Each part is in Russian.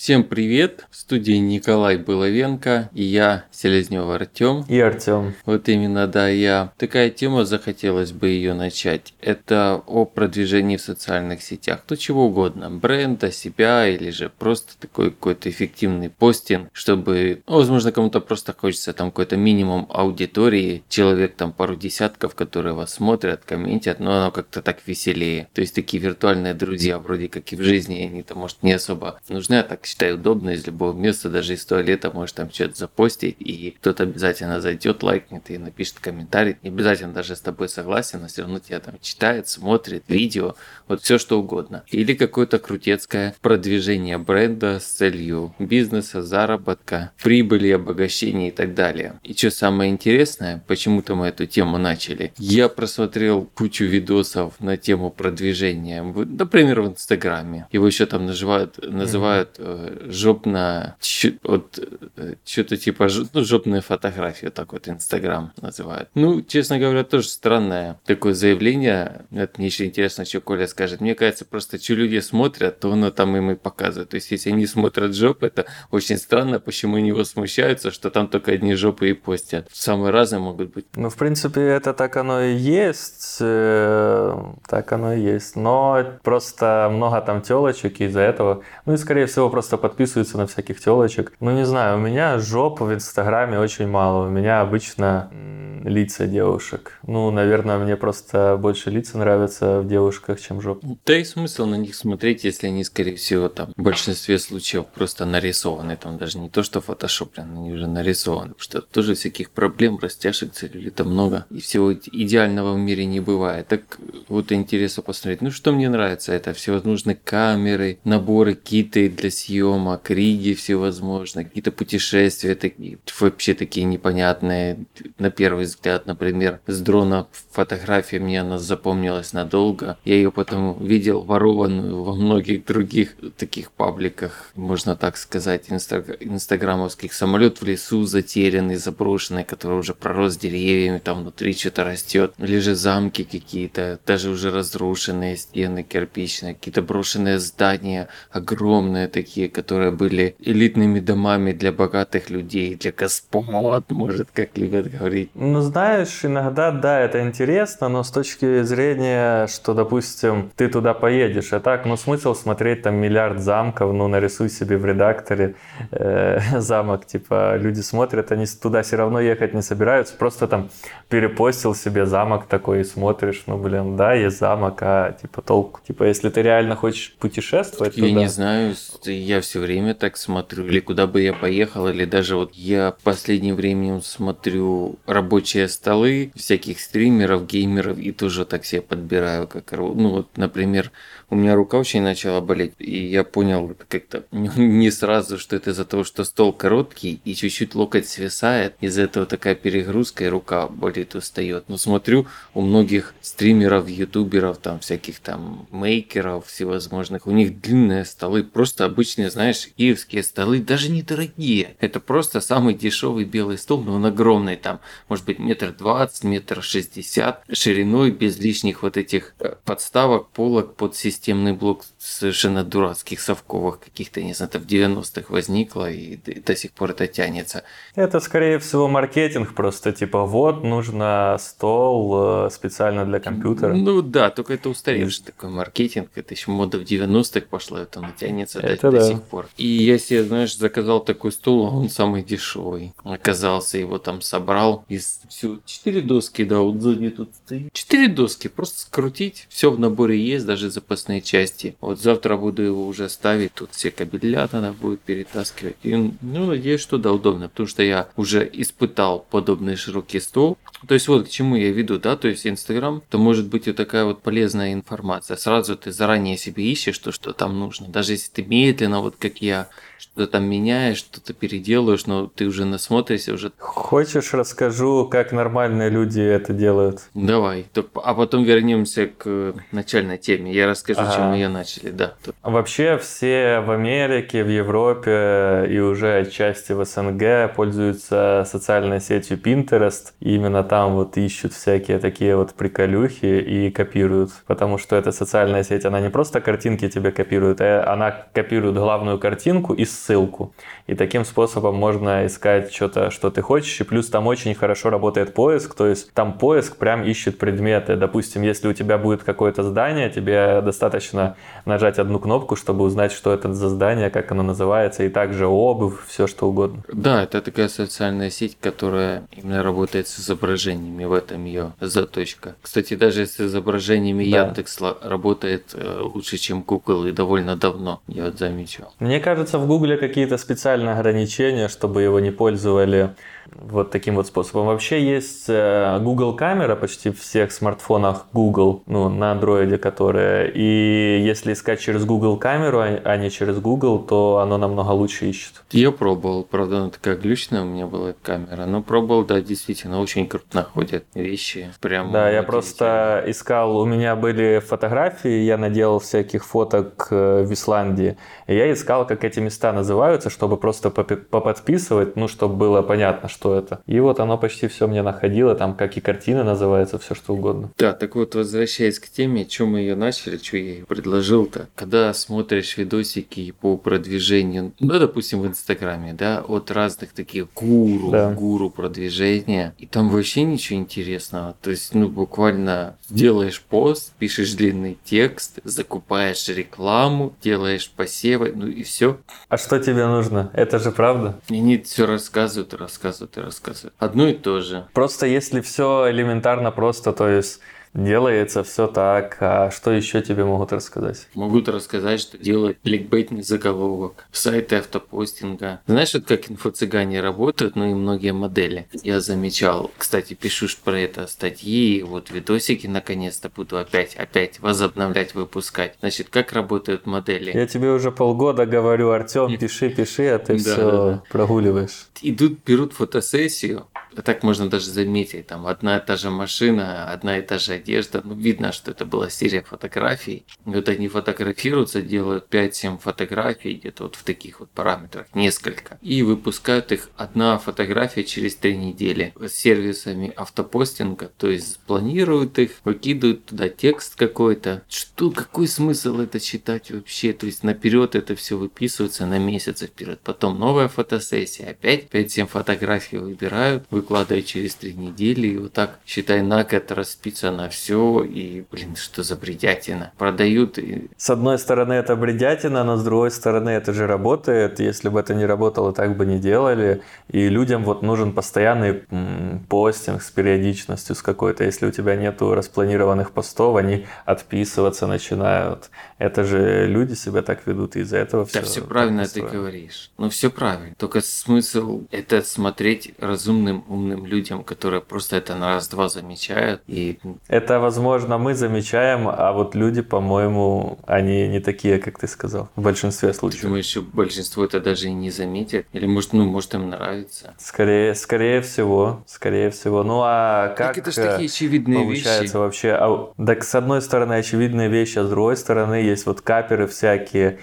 Всем привет! В студии Николай Булавенко и я, Селезнёв Артём. И Артём. Вот именно, да, я. Такая тема, захотелось бы ее начать. Это о продвижении в социальных сетях. То чего угодно. Бренда, себя или же просто такой какой-то эффективный постинг, чтобы, возможно, кому-то просто хочется там какой-то минимум аудитории. Человек там пару десятков, которые вас смотрят, комментят, но оно как-то так веселее. То есть такие виртуальные друзья, вроде как и в жизни, они-то, может, не особо нужны, а так считаю удобно из любого места, даже из туалета можешь там что-то запостить, и кто-то обязательно зайдет, лайкнет и напишет комментарий. Не обязательно даже с тобой согласен, но все равно тебя там читает, смотрит, видео, вот все что угодно. Или какое-то крутецкое продвижение бренда с целью бизнеса, заработка, прибыли, обогащения и так далее. И что самое интересное, почему-то мы эту тему начали. Я просмотрел кучу видосов на тему продвижения, например, в Инстаграме. Его еще там называют жопно, что-то типа жопные фотографии, так вот Инстаграм называют. Ну, честно говоря, тоже странное такое заявление. Это мне еще интересно, что Коля скажет. Мне кажется, просто что люди смотрят, то оно там им и показывает. То есть, если они смотрят жопы, это очень странно, почему они его смущаются, что там только одни жопы и постят. Самые разные могут быть. Ну, в принципе, это так оно и есть. Так оно и есть. Но просто много там телочек из-за этого. Ну и, скорее всего, просто подписываются на всяких телочек. Ну, не знаю, у меня жоп в Инстаграме очень мало. У меня обычно лица девушек. Ну, наверное, мне просто больше лица нравятся в девушках, чем жоп. Да и смысл на них смотреть, если они, скорее всего, там в большинстве случаев просто нарисованы. Там даже не то, что фотошоплен, они уже нарисованы. Потому что тоже всяких проблем, растяжек, целлюлита много. И всего идеального в мире не бывает. Так вот интересно посмотреть. Ну, что мне нравится, это всевозможные камеры, наборы киты для съемок, риги всевозможные, какие-то путешествия такие, вообще такие непонятные. На первый взгляд, например, с дрона фотография мне она запомнилась надолго. Я ее потом видел ворованную во многих других таких пабликах, можно так сказать, инстаграмовских. Самолет в лесу затерянный, заброшенный, который уже пророс деревьями, там внутри что-то растет. Или же замки какие-то, даже уже разрушенные стены кирпичные, какие-то брошенные здания, огромные такие, которые были элитными домами для богатых людей, для господ, может, как любят говорить. Ну, знаешь, иногда, да, это интересно, но с точки зрения, что, допустим, ты туда поедешь, а так, ну, смысл смотреть там миллиард замков, ну, нарисуй себе в редакторе замок, типа, люди смотрят, они туда все равно ехать не собираются, просто там перепостил себе замок такой и смотришь, ну, блин, да, есть замок, а, типа, толку, типа, если ты реально хочешь путешествовать, я не знаю, я все время так смотрю, или куда бы я поехал, или даже вот я в последнее время смотрю рабочие столы всяких стримеров, геймеров и тоже так себе подбираю, как, ну вот, например, у меня рука очень начала болеть, и я понял как-то не сразу, что это из-за того, что стол короткий и чуть-чуть локоть свисает, из-за этого такая перегрузка и рука болит, устает. Но смотрю, у многих стримеров, ютуберов, там всяких там мейкеров всевозможных, у них длинные столы, просто обычные, знаешь, киевские столы, даже недорогие. Это просто самый дешевый белый стол, но он огромный, там, может быть, 1,20 м, 1,60 м, шириной, без лишних вот этих подставок, полок под системный блок совершенно дурацких совковых каких-то, не знаю, это в 90-х возникло и до сих пор это тянется. Это, скорее всего, маркетинг просто, типа, вот, нужно стол специально для компьютера. Ну да, только это устаревший такой маркетинг, это еще мода в 90-х пошла, это он тянется это до да. сих пор. И я себе, знаешь, заказал такой стол, он самый дешевый. Оказался, его там собрал из всего 4 доски, да, вот сзади тут стоит. 4 доски, просто скрутить, все в наборе есть, даже запасные части. Вот завтра буду его уже ставить, тут все кабеля надо будет перетаскивать. И, ну, надеюсь, что да, удобно, потому что я уже испытал подобный широкий стол. То есть вот к чему я веду, да, то есть Инстаграм, то может быть вот такая вот полезная информация. Сразу ты заранее себе ищешь то, что там нужно. Даже если ты медленно, вот как я, что-то там меняешь, что-то переделаешь, но ты уже насмотришься, уже... Хочешь, расскажу, как нормальные люди это делают? Давай. А потом вернемся к начальной теме. Я расскажу, чем мы ее начали, да. Вообще все в Америке, в Европе и уже отчасти в СНГ пользуются социальной сетью Pinterest. И именно там вот ищут всякие такие вот приколюхи и копируют. Потому что эта социальная сеть, она не просто картинки тебе копирует, а она копирует главную картинку и и ссылку. И таким способом можно искать что-то, что ты хочешь. И плюс там очень хорошо работает поиск. То есть там поиск прям ищет предметы. Допустим, если у тебя будет какое-то здание, тебе достаточно нажать одну кнопку, чтобы узнать, что это за здание, как оно называется. И также обувь, все что угодно. Да, это такая социальная сеть, которая именно работает с изображениями. В этом ее заточка. Кстати, даже с изображениями Да. Яндекс работает лучше, чем Google, и довольно давно, я вот замечал. Мне кажется, в Гугле какие-то специальные ограничения, чтобы его не пользовали вот таким вот способом. Вообще есть Google камера почти в всех смартфонах Google, ну, на андроиде, которые. И если искать через Google камеру, а не через Google, то оно намного лучше ищет. Я пробовал, правда, она такая глючная у меня была камера, но пробовал, да, действительно, очень круто находят вещи. Прям Да, я удивительно. просто искал, у меня были фотографии, я наделал всяких фоток в Исландии, и я искал, как эти места называются, чтобы просто поподписывать, ну, чтобы было понятно, что это. И вот оно почти все мне находило, там как и картины называются, все что угодно. Да, так вот, возвращаясь к теме, чем мы ее начали, что я ей предложил-то. Когда смотришь видосики по продвижению, ну, допустим, в Инстаграме, да, от разных таких гуру продвижения, и там вообще ничего интересного. То есть, ну, буквально делаешь пост, пишешь длинный текст, закупаешь рекламу, делаешь посевы, ну и все. А что тебе нужно? Это же правда. И они все рассказывают и рассказывают и рассказывают. Одно и то же. Просто если все элементарно просто, то есть делается все так, а что еще тебе могут рассказать? Могут рассказать, что делают кликбейтный заголовок, сайты автопостинга. Знаешь, вот как инфо-цыгане работают, ну и многие модели. Я замечал, кстати, пишу про это статьи, вот видосики наконец-то буду опять возобновлять, выпускать. Значит, как работают модели? Я тебе уже полгода говорю, Артем, пиши, а ты Да, все да. прогуливаешь. Идут, берут фотосессию, так можно даже заметить, там одна и та же машина, одна и та же одежда, ну видно, что это была серия фотографий. И вот они фотографируются, делают 5-7 фотографий, где-то вот в таких вот параметрах, несколько. И выпускают их одна фотография через 3 недели с сервисами автопостинга, то есть планируют их, выкидывают туда текст какой-то. Что, какой смысл это читать вообще? То есть наперед это все выписывается на месяцы вперед. Потом новая фотосессия, опять 5-7 фотографий выбирают, выкладывают через 3 недели, и вот так, считай, на год распиться на все, и, блин, что за бредятина. Продают и... С одной стороны, это бредятина, но с другой стороны, это же работает. Если бы это не работало, так бы не делали. И людям вот нужен постоянный постинг с периодичностью с какой-то. Если у тебя нету распланированных постов, они отписываться начинают. Это же люди себя так ведут, и из-за этого все. Да, все правильно ты говоришь. Ну, все правильно. Только смысл это смотреть разумным, умным людям, которые просто это на раз-два замечают. И... Это, возможно, мы замечаем, а вот люди, по-моему, они не такие, как ты сказал, в большинстве Ты случаев. думаешь, что большинство это даже и не заметит? Или может им нравится? Скорее всего. Ну а как это ж такие очевидные получается вещи. вообще? Так с одной стороны очевидные вещи, а с другой стороны есть вот каперы всякие,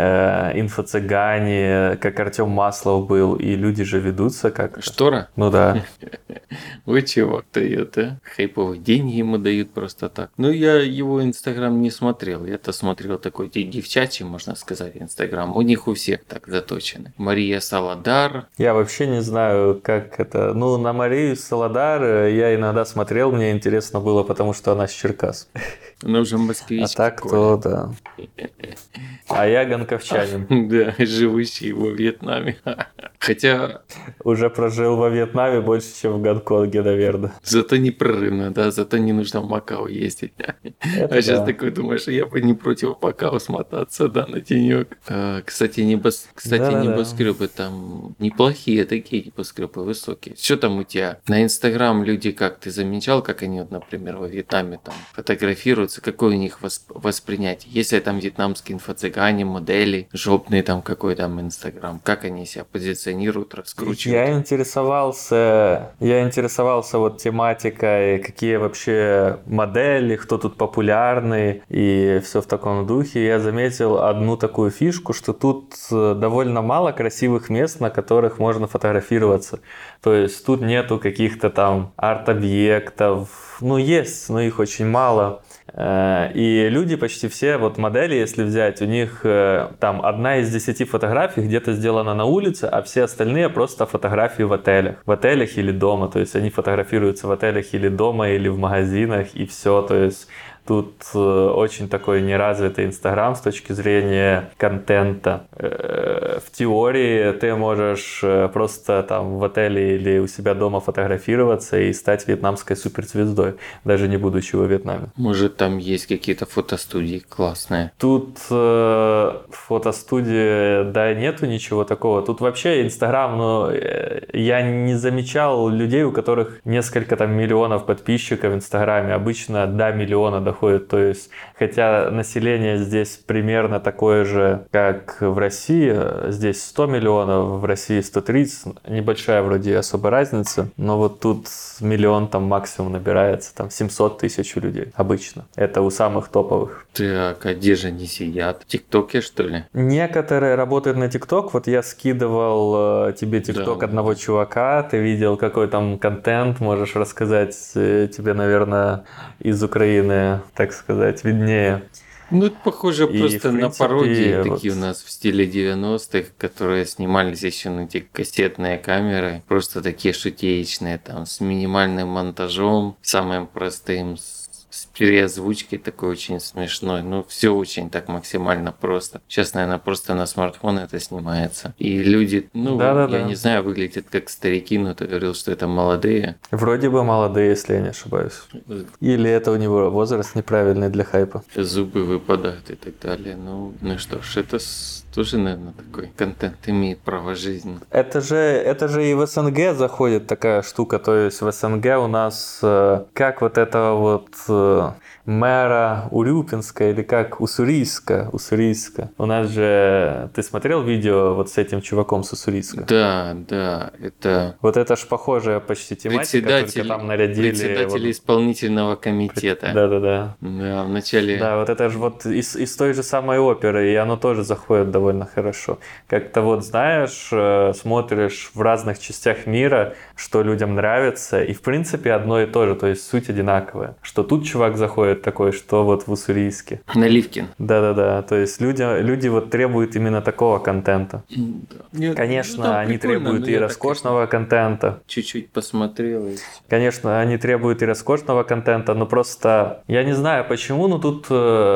инфо-цыгане, как Артем Маслов был, и люди же ведутся как-то. Штора? Ну да. Вы чего дает, а? Хайповые деньги ему дают просто так. Ну, я его инстаграм не смотрел. Я-то смотрел такой девчачий, можно сказать, инстаграм. У них у всех так заточены. Мария Саладар. Я вообще не знаю, как это... Ну, на Марию Саладар я иногда смотрел, мне интересно было, потому что она с Черкас. Она уже москвичка. А так то, да. А я гонковчанин. Да, живущий во Вьетнаме. Хотя... Уже прожил во Вьетнаме больше, чем в Гонконге, наверное. Зато непрерывно, да, зато не нужно в Макао ездить. Это сейчас да. такой думаешь, я бы не против Макао смотаться, да, на денек. Кстати, Да-да-да. небоскребы там неплохие такие небоскребы, высокие. Что там у тебя? На Инстаграм люди, как ты замечал, как они, вот, например, во Вьетнаме там фотографируются, какое у них воспринятие? Если там вьетнамские инфо-цыгане, модели, жопные там какой там Инстаграм, как они себя позиционируют, раскручивают? Я интересовался вот тематикой, какие вообще модели, кто тут популярный и все в таком духе. Я заметил одну такую фишку, что тут довольно мало красивых мест, на которых можно фотографироваться. То есть тут нету каких-то там арт-объектов. Ну, есть, но их очень мало. И люди почти все, вот модели, если взять, у них там 1 из 10 фотографий где-то сделана на улице, а все остальные просто фотографии в отелях. В отелях или дома, то есть они фотографируются в отелях или дома, или в магазинах, и все, то есть тут очень такой неразвитый Инстаграм с точки зрения контента. В теории ты можешь просто там в отеле или у себя дома фотографироваться и стать вьетнамской суперзвездой, даже не будучи во Вьетнаме. Может, там есть какие-то фотостудии классные? Тут фотостудии, да, нету ничего такого. Тут вообще Инстаграм, ну, я не замечал людей, у которых несколько там миллионов подписчиков в Инстаграме. Обычно до миллиона доходит. То есть, хотя население здесь примерно такое же, как в России. Здесь 100 миллионов, в России 130. Небольшая вроде особо разница. Но вот тут миллион там максимум набирается. Там 700 тысяч людей обычно. Это у самых топовых. Так, а где же они сидят? В ТикТоке, что ли? Некоторые работают на ТикТок. Вот я скидывал тебе ТикТок одного чувака. Ты видел, какой там контент. Можешь рассказать. Тебе, наверное, из Украины, так сказать, виднее. Ну, это похоже просто на пародии вот такие у нас в стиле 90-х, которые снимались еще на эти кассетные камеры. Просто такие шутеечные, там, с минимальным монтажом, самым простым, с переозвучкой такой очень смешной. Ну, все очень так максимально просто. Сейчас, наверное, просто на смартфон это снимается. И люди, ну, я не знаю, выглядят как старики, но ты говорил, что это молодые. Вроде бы молодые, если я не ошибаюсь. Или это у него возраст неправильный для хайпа. Зубы выпадают и так далее. Ну что ж, это тоже, наверное, такой контент имеет право жизни. Это же и в СНГ заходит такая штука. То есть в СНГ у нас как вот это вот мэра Урюпинска или как Уссурийска. У нас же... Ты смотрел видео вот с этим чуваком с Уссурийска? Да, это... Вот это ж похожая почти тематика, только там нарядили... Председатель исполнительного комитета. Да. Да, вначале... Да, вот это же вот из той же самой оперы, и оно тоже заходит довольно хорошо. Как-то вот, знаешь, смотришь в разных частях мира, что людям нравится, и в принципе одно и то же, то есть суть одинаковая. Что тут чувак заходит такой, что вот в Уссурийске. Наливкин. Да, то есть люди вот требуют именно такого контента. Да. Конечно, они требуют и роскошного контента. Чуть-чуть посмотрел. Конечно, они требуют и роскошного контента, но просто я не знаю почему, но тут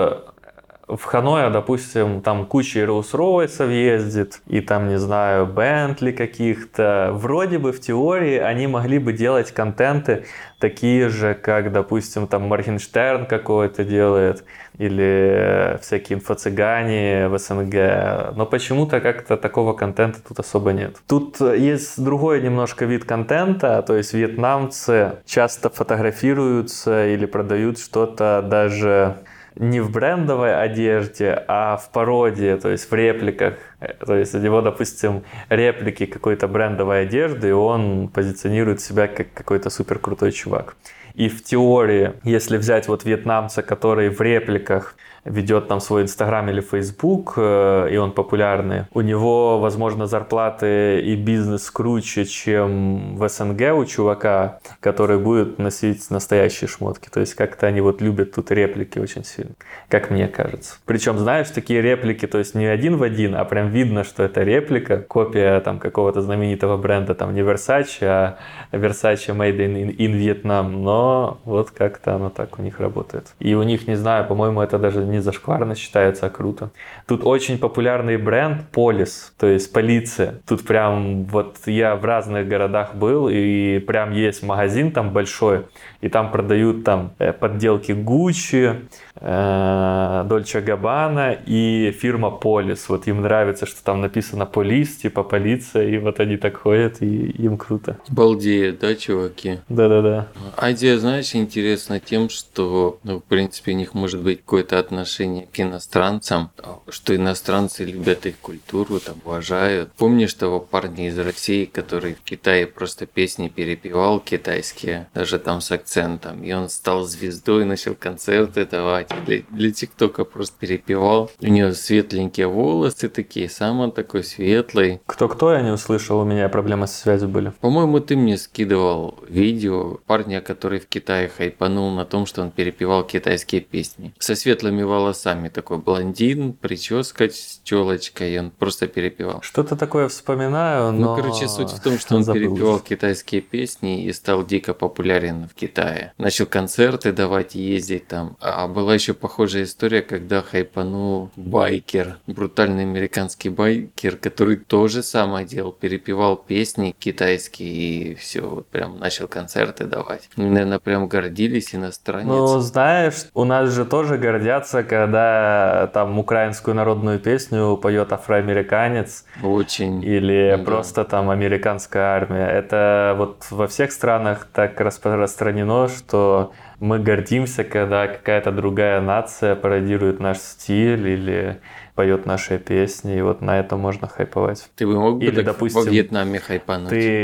в Ханое, допустим, там куча Rolls-Royce'ов ездит, и там, не знаю, Бентли каких-то. Вроде бы в теории они могли бы делать контенты такие же, как, допустим, там Моргенштерн какой-то делает, или всякие инфо-цыгане в СНГ. Но почему-то как-то такого контента тут особо нет. Тут есть другой немножко вид контента, то есть вьетнамцы часто фотографируются или продают что-то даже не в брендовой одежде, а в пародии, то есть в репликах. То есть у него, допустим, реплики какой-то брендовой одежды, и он позиционирует себя как какой-то супер крутой чувак. И в теории, если взять вот вьетнамца, который в репликах ведет там свой Инстаграм или Фейсбук, и он популярный, у него, возможно, зарплаты и бизнес круче, чем в СНГ у чувака, который будет носить настоящие шмотки. То есть как-то они вот любят тут реплики очень сильно, как мне кажется. Причем, знаешь, такие реплики, то есть не один в один, а прям видно, что это реплика, копия там какого-то знаменитого бренда, там не Versace, а Versace Made in Vietnam, но вот как-то оно так у них работает. И у них, не знаю, по-моему, это даже не зашкварно считается, а круто. Тут очень популярный бренд Полис, то есть полиция. Тут прям вот я в разных городах был, и прям есть магазин там большой, и там продают там подделки Gucci, Dolce Gabbana и фирма Полис. Вот им нравится, что там написано полис, типа полиция, и вот они так ходят, и им круто. Балдеют, да, чуваки? Да. Азия, знаешь, интересна тем, что, в принципе, у них может быть какое-то отношение к иностранцам, что иностранцы любят их культуру, там, уважают. Помнишь того парня из России, который в Китае просто песни перепевал китайские, даже там с акцентом, и он стал звездой, начал концерты давать. Для ТикТока просто перепевал. У нее светленькие волосы такие, сам он такой светлый. Кто-кто, я не услышал, у меня проблемы со связью были. По-моему, ты мне скидывал видео парня, который в Китае хайпанул на том, что он перепевал китайские песни. Со светлыми волосами, такой блондин, прическа с челочкой, и он просто перепевал. Что-то такое вспоминаю, но... Ну, короче, суть в том, что он перепевал китайские песни и стал дико популярен в Китае. Начал концерты давать, ездить там. А была еще похожая история, когда хайпанул байкер, брутальный американский байкер, который то же самое делал, перепевал песни китайские и все, вот прям начал концерты давать. Наверное, прям гордились иностранцы. Ну, знаешь, у нас же тоже гордятся, когда там украинскую народную песню поет афроамериканец. Очень. Или просто там американская армия. Это вот во всех странах так распространено, что мы гордимся, когда какая-то другая нация пародирует наш стиль или поет наши песни, и вот на это можно хайповать. Ты бы мог бы, или, допустим, во Вьетнаме хайпануть?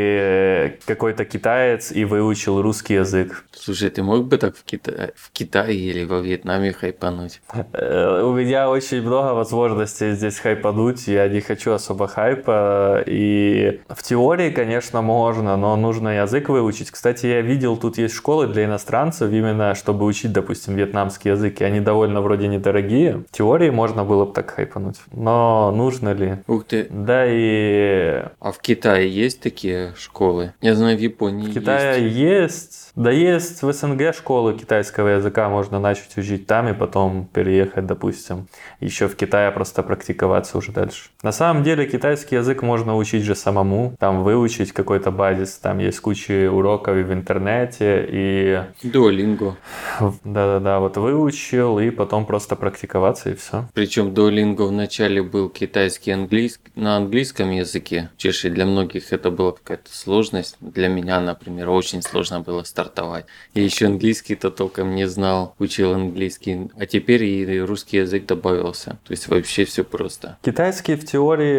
Ты какой-то китаец и выучил русский язык. Слушай, ты мог бы так в Китае или во Вьетнаме хайпануть? У меня очень много возможностей здесь хайпануть, я не хочу особо хайпа, и в теории, конечно, можно, но нужно язык выучить. Кстати, я видел, тут есть школы для иностранцев, именно чтобы учить, допустим, вьетнамский язык, и они довольно вроде недорогие. В теории можно было бы так хайпануть, но нужно ли? Ух ты. Да и... А в Китае есть такие школы? Я знаю, в Японии есть. В Китае есть. Да есть в СНГ школы китайского языка, можно начать учить там и потом переехать, допустим, еще в Китае просто практиковаться уже дальше. На самом деле китайский язык можно учить же самому, там выучить какой-то базис, там есть куча уроков и в интернете, и... Duolingo. Да-да-да, вот выучил и потом просто практиковаться и все. Причем Duolingo вначале был китайский на английском языке. В Чешии для многих это была какая-то сложность. Для меня, например, очень сложно было стартовать. Я еще английский-то толком не знал, учил английский, а теперь и русский язык добавился. То есть вообще все просто. Китайский в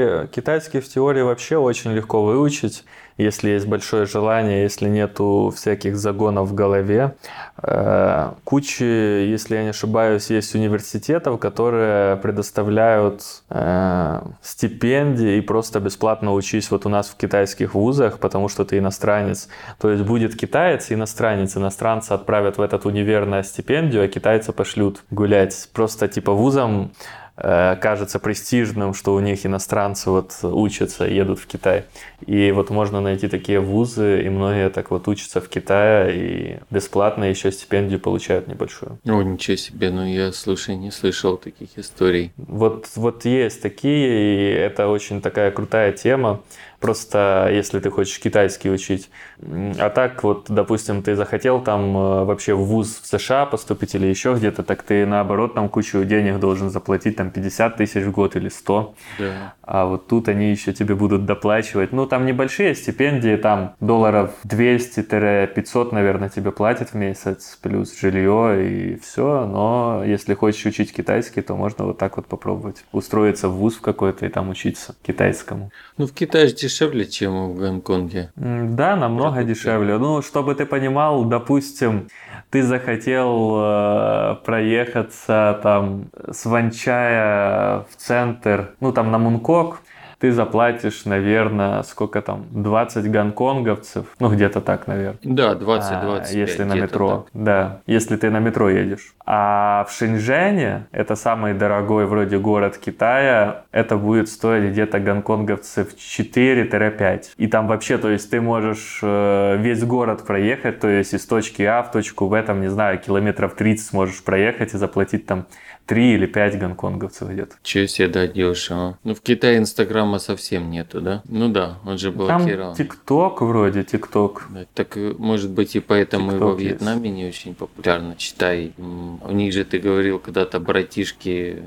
теории вообще очень легко выучить, если есть большое желание, если нету всяких загонов в голове. Куча, если я не ошибаюсь, есть университетов, которые предоставляют стипендии и просто бесплатно учись вот у нас в китайских вузах, потому что ты иностранец. То есть будет китаец и иностранец. Иностранца отправят в этот универ на стипендию, а китайца пошлют гулять. Просто типа вузам кажется престижным, что у них иностранцы вот учатся, едут в Китай. И вот можно найти такие вузы, и многие так вот учатся в Китае, и бесплатно еще стипендию получают небольшую. О, ничего себе, ну я, слушай, не слышал таких историй. Вот есть такие, и это очень такая крутая тема. Просто если ты хочешь китайский учить. А так вот, допустим, ты захотел там вообще в вуз в США поступить или еще где-то, так ты наоборот там кучу денег должен заплатить, там 50 тысяч в год или 100. Да. А вот тут они еще тебе будут доплачивать. Ну, там небольшие стипендии, там долларов 200-500, наверное, тебе платят в месяц, плюс жилье и все. Но если хочешь учить китайский, то можно вот так вот попробовать. Устроиться в вуз в какой-то и там учиться китайскому. Ну, в Китае же дешевле, чем в Гонконге. Да, намного дешевле. Ну, чтобы ты понимал, допустим, ты захотел проехаться там с Ванчая в центр, ну, там на Мункок, ты заплатишь, наверное, сколько там, 20 гонконговцев, ну, где-то так, наверное. Да, 20-25. Если на метро, так. Да, если ты на метро едешь. А в Шэньчжэне, это самый дорогой вроде город Китая, это будет стоить где-то гонконговцев 4-5. И там вообще, то есть ты можешь весь город проехать, то есть из точки А в точку Б, там, не знаю, километров 30 сможешь проехать и заплатить там 3 или 5 гонконговцев где-то. Чего себе, да, дешево. Ну, в Китае Инстаграма совсем нету, да? Ну да, он же блокировал. Там ТикТок вроде, ТикТок. Да, так, может быть, и поэтому TikTok и во Вьетнаме есть. Не очень популярно читай. У них же, ты говорил, когда-то братишки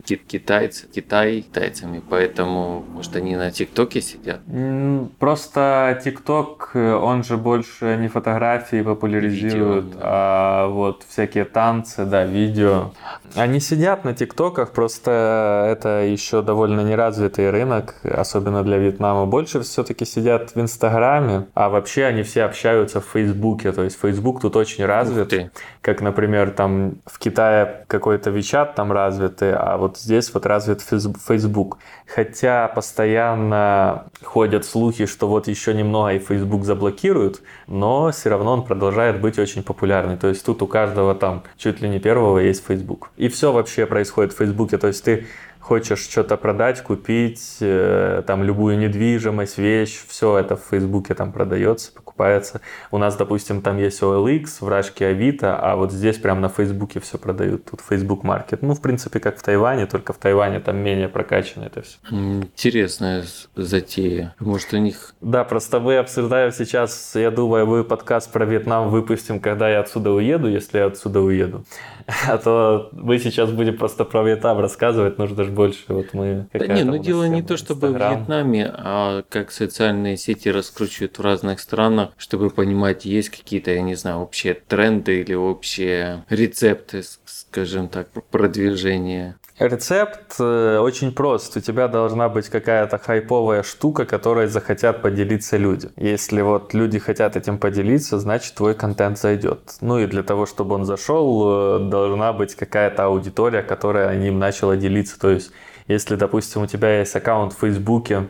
китайцами, поэтому, может, они на ТикТоке сидят? Просто ТикТок, он же больше не фотографии популяризирует, видео, да. А вот всякие танцы, да, видео. Они сидят на на ТикТоках, просто это еще довольно неразвитый рынок, особенно для Вьетнама. Больше все-таки сидят в Инстаграме, а вообще они все общаются в Фейсбуке. То есть Фейсбук тут очень развит, как, например, там в Китае какой-то WeChat там развитый, а вот здесь вот развит Фейсбук. Хотя постоянно ходят слухи, что вот еще немного и Facebook заблокируют, но все равно он продолжает быть очень популярный. То есть тут у каждого там чуть ли не первого есть Facebook. И все вообще происходит в Фейсбуке. То есть ты хочешь что-то продать, купить, там любую недвижимость, вещь, все это в Фейсбуке там продается, покупается. У нас, допустим, там есть OLX, в Рашке Авито, а вот здесь прям на Фейсбуке все продают. Тут Facebook Market. Ну, в принципе, как в Тайване, только в Тайване там менее прокачано это все. Интересная затея. Может, у них... Да, просто мы обсуждаем сейчас, я думаю, мы подкаст про Вьетнам выпустим, когда я отсюда уеду, если я отсюда уеду. А то мы сейчас будем просто про Вьетнам рассказывать, нужно же больше. Вот мы... Да не, ну дело не то, чтобы в Вьетнаме, а как социальные сети раскручивают в разных странах, чтобы понимать, есть какие-то, я не знаю, общие тренды или общие рецепты, скажем так, продвижения. Рецепт очень прост. У тебя должна быть какая-то хайповая штука, которой захотят поделиться люди. Если вот люди хотят этим поделиться, значит твой контент зайдет. Ну и для того, чтобы он зашел, должна быть какая-то аудитория, которая ним начала делиться. То есть если, допустим, у тебя есть аккаунт в Фейсбуке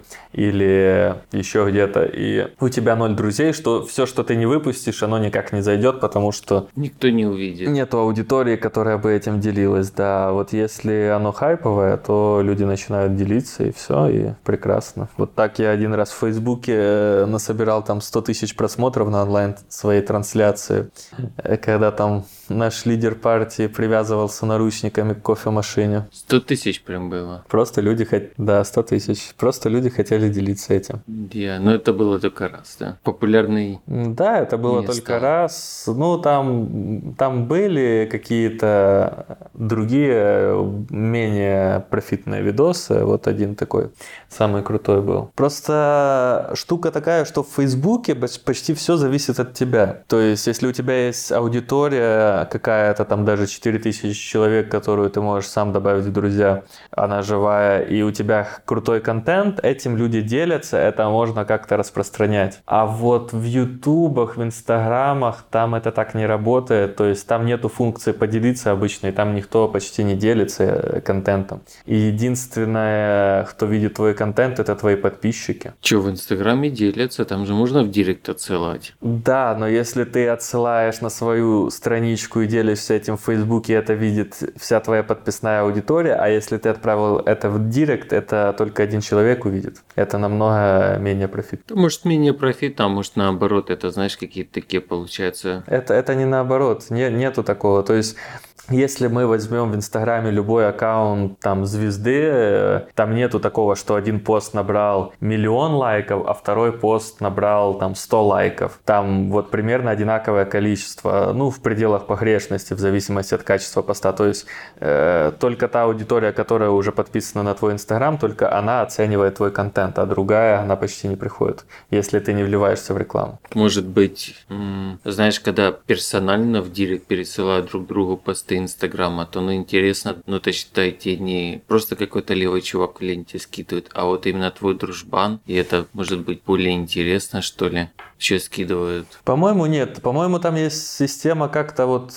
или еще где-то, и у тебя 0 друзей, что все, что ты не выпустишь, оно никак не зайдет, потому что... Никто не увидит. Нету аудитории, которая бы этим делилась, да. Вот если оно хайповое, то люди начинают делиться, и все, и прекрасно. Вот так я один раз в Фейсбуке насобирал там 100 тысяч просмотров на онлайн своей трансляции, когда там наш лидер партии привязывался наручниками к кофемашине. 100 тысяч прям было. Просто люди да, 100 тысяч. Просто люди хотели делиться этим. Но это было только раз, да? Популярный... Да, это было только раз. Ну, там были какие-то другие, менее профитные видосы. Вот один такой самый крутой был. Просто штука такая, что в Фейсбуке почти все зависит от тебя. То есть, если у тебя есть аудитория какая-то, там даже 4000 человек, которую ты можешь сам добавить в друзья, она живая, и у тебя крутой контент, этим люди делятся, это можно как-то распространять. А вот в ютубах, в инстаграмах, там это так не работает, то есть там нету функции поделиться обычной, там никто почти не делится контентом. И единственное, кто видит твой контент, это твои подписчики. Че, в инстаграме делятся? Там же можно в директ отсылать. Да, но если ты отсылаешь на свою страничку и делишься этим в Фейсбуке, это видит вся твоя подписная аудитория, а если ты отправил это в директ, это только один человек увидит. Это намного менее профит. Может, менее профит, а может, наоборот, это, знаешь, какие-то такие получаются... Это не наоборот, нету такого. То есть, если мы возьмем в Инстаграме любой аккаунт там звезды, там нету такого, что один пост набрал 1 миллион лайков, а второй пост набрал там 100 лайков. Там вот примерно одинаковое количество, ну, в пределах погрешности, в зависимости от качества поста. То есть, только та аудитория, которая уже подписана на твой Инстаграм, только она оценивает твой контент, а другая, она почти не приходит, если ты не вливаешься в рекламу. Может быть, знаешь, когда персонально в директ пересылают друг другу посты Инстаграма, то интересно, ты считаете, не просто какой-то левый чувак в ленте скидывает, а вот именно твой дружбан, и это может быть более интересно, что ли, еще скидывают. По-моему, нет. По-моему, там есть система как-то вот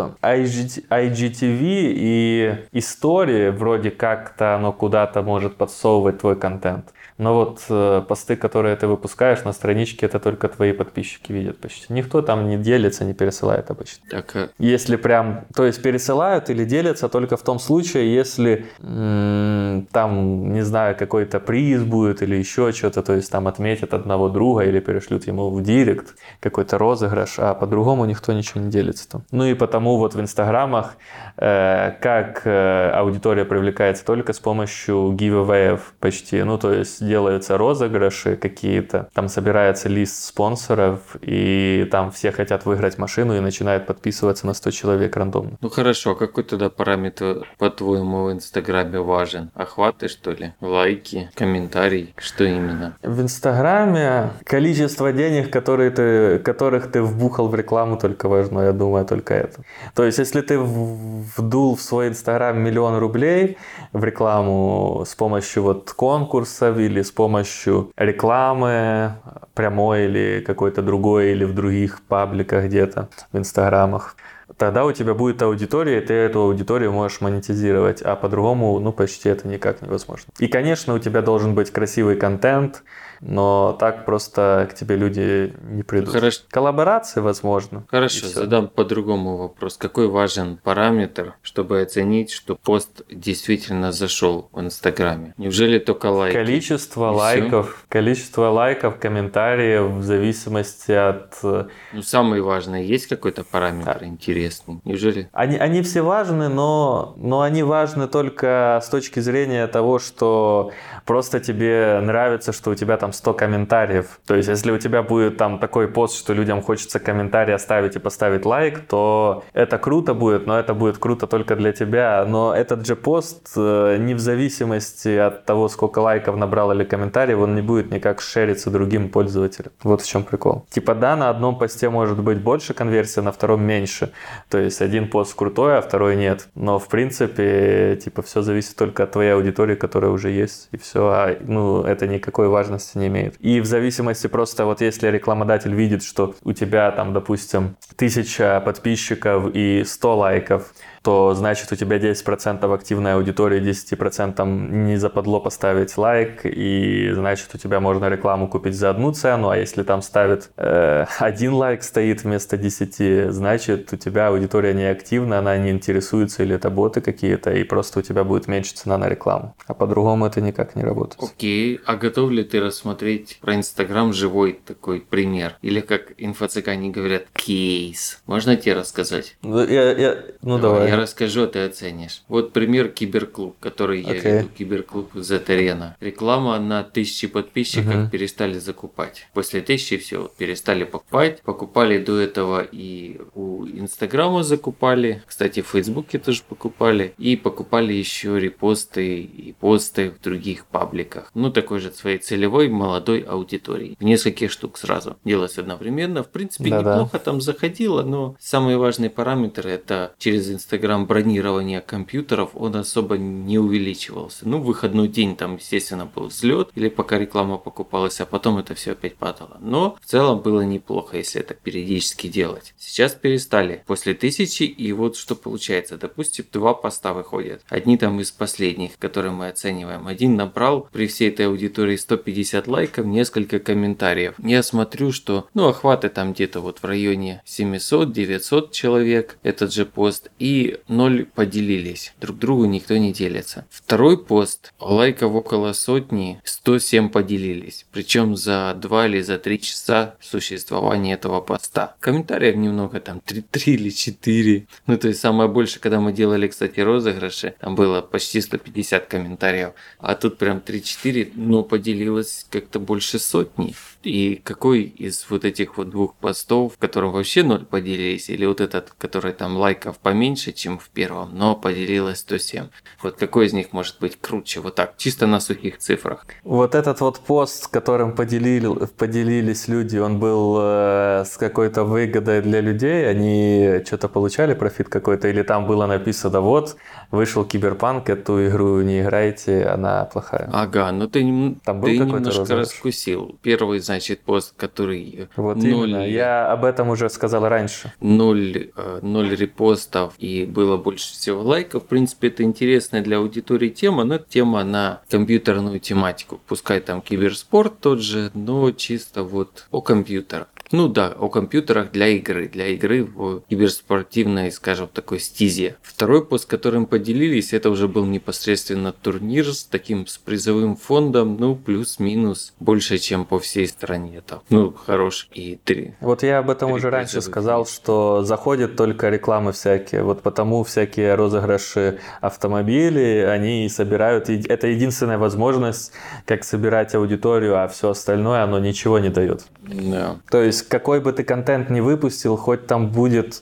IGTV и истории, вроде как-то оно куда-то может подсовывать твой контент. Но вот посты, которые ты выпускаешь на страничке, это только твои подписчики видят почти. Никто там не делится, не пересылает обычно. Так, Если прям, то есть пересылают или делятся только в том случае, если там, не знаю, какой-то приз будет или еще что-то, то есть там отметят одного друга или перешлют ему в директ какой-то розыгрыш, а по-другому никто ничего не делится там. Ну и потому вот в инстаграмах как аудитория привлекается только с помощью гивэвэев почти, ну то есть делаются розыгрыши какие-то, там собирается лист спонсоров, и там все хотят выиграть машину и начинают подписываться на 100 человек рандомно. Ну хорошо, какой тогда параметр, по-твоему, в Инстаграме важен? Охваты, что ли? Лайки, комментарии? Что именно? В Инстаграме количество денег денег, которых ты вбухал в рекламу, только важно, я думаю, только это. То есть, если ты вдул в свой Инстаграм 1 000 000 рублей в рекламу с помощью вот конкурсов или с помощью рекламы прямой или какой-то другой, или в других пабликах где-то, в Инстаграмах, тогда у тебя будет аудитория, и ты эту аудиторию можешь монетизировать, а по-другому, почти это никак невозможно. И, конечно, у тебя должен быть красивый контент, но так просто к тебе люди не придут. Хорошо. Коллаборации, возможно. Хорошо, задам по-другому вопрос. Какой важен параметр, чтобы оценить, что пост действительно зашел в Инстаграме? Неужели только лайки? Количество лайков, комментариев в зависимости от... самый важный, есть какой-то параметр интересный? Неужели? Они все важны, но они важны только с точки зрения того, что просто тебе нравится, что у тебя там 100 комментариев. То есть, если у тебя будет там такой пост, что людям хочется комментарий оставить и поставить лайк, то это круто будет, но это будет круто только для тебя. Но этот же пост, не в зависимости от того, сколько лайков набрал или комментариев, он не будет никак шериться другим пользователям. Вот в чем прикол. На одном посте может быть больше конверсия, на втором меньше. То есть, один пост крутой, а второй нет. Но, в принципе, все зависит только от твоей аудитории, которая уже есть, и все. Это никакой важности не имеет. И в зависимости просто, вот если рекламодатель видит, что у тебя там, допустим, 1000 подписчиков и 100 лайков, то значит у тебя 10% активной аудитории, 10% не западло поставить лайк, и значит у тебя можно рекламу купить за одну цену, а если там ставит 1 лайк стоит вместо 10, значит у тебя аудитория не активна, она не интересуется, или это боты какие-то, и просто у тебя будет меньше цена на рекламу. А по-другому это никак не работает. Окей, а готов ли ты рассмотреть про Инстаграм живой такой пример? Или как инфо-цыгане говорят, кейс? Можно тебе рассказать? Давай. Я расскажу, а ты оценишь. Вот пример Киберклуб, который я веду, Киберклуб Z-Arena. Реклама на 1000 подписчиков перестали закупать. После 1000 все, перестали покупать. Покупали до этого и у Инстаграма закупали. Кстати, в Фейсбуке тоже покупали. И покупали еще репосты и посты в других пабликах. Такой же своей целевой молодой аудитории. В нескольких штук сразу. Делалось одновременно. В принципе, неплохо там заходило, но самый важный параметр — это через Инстаграм бронирование компьютеров, он особо не увеличивался. В выходной день там, естественно, был взлет, или пока реклама покупалась, а потом это все опять падало. Но в целом было неплохо, если это периодически делать. Сейчас перестали. После 1000, и вот что получается. Допустим, 2 поста выходят. Одни там из последних, которые мы оцениваем. Один набрал при всей этой аудитории 150 лайков, несколько комментариев. Я смотрю, что охваты там где-то вот в районе 700-900 человек, этот же пост, и 0 поделились. Друг другу никто не делится. Второй пост, лайков около 100, 107 поделились. Причем за 2 или за 3 часа существования этого поста. Комментариев немного, там 3 или 4. То есть самое больше, когда мы делали, кстати, розыгрыши, там было почти 150 комментариев. А тут прям 3-4, но поделилось как-то больше 100. И какой из вот этих вот 2 постов, в котором вообще 0 поделились, или вот этот, который там лайков поменьше, чем в первом, но поделилось 107. Вот какой из них может быть круче? Вот так, чисто на сухих цифрах. Вот этот вот пост, которым поделились люди, он был с какой-то выгодой для людей? Они что-то получали, профит какой-то? Или там было написано, вот, вышел Киберпанк, эту игру не играйте, она плохая? Ага, ты немножко раскусил. Первый, значит, пост, который вот 0... именно, я об этом уже сказал раньше. 0 репостов и было больше всего лайков. В принципе, это интересная для аудитории тема, но тема на компьютерную тематику. Пускай там киберспорт тот же, но чисто вот о компьютерах. О компьютерах для игры в киберспортивной, скажем, такой стезе. Второй пост, которым поделились, это уже был непосредственно турнир с призовым фондом, плюс-минус больше, чем по всей стране. Там, хороший. И 3. Вот я об этом уже раньше сказал, что заходят только рекламы всякие. Вот потому всякие розыгрыши автомобилей, они собирают. Это единственная возможность, как собирать аудиторию, а все остальное, оно ничего не дает. Да. То есть, какой бы ты контент ни выпустил, хоть там будет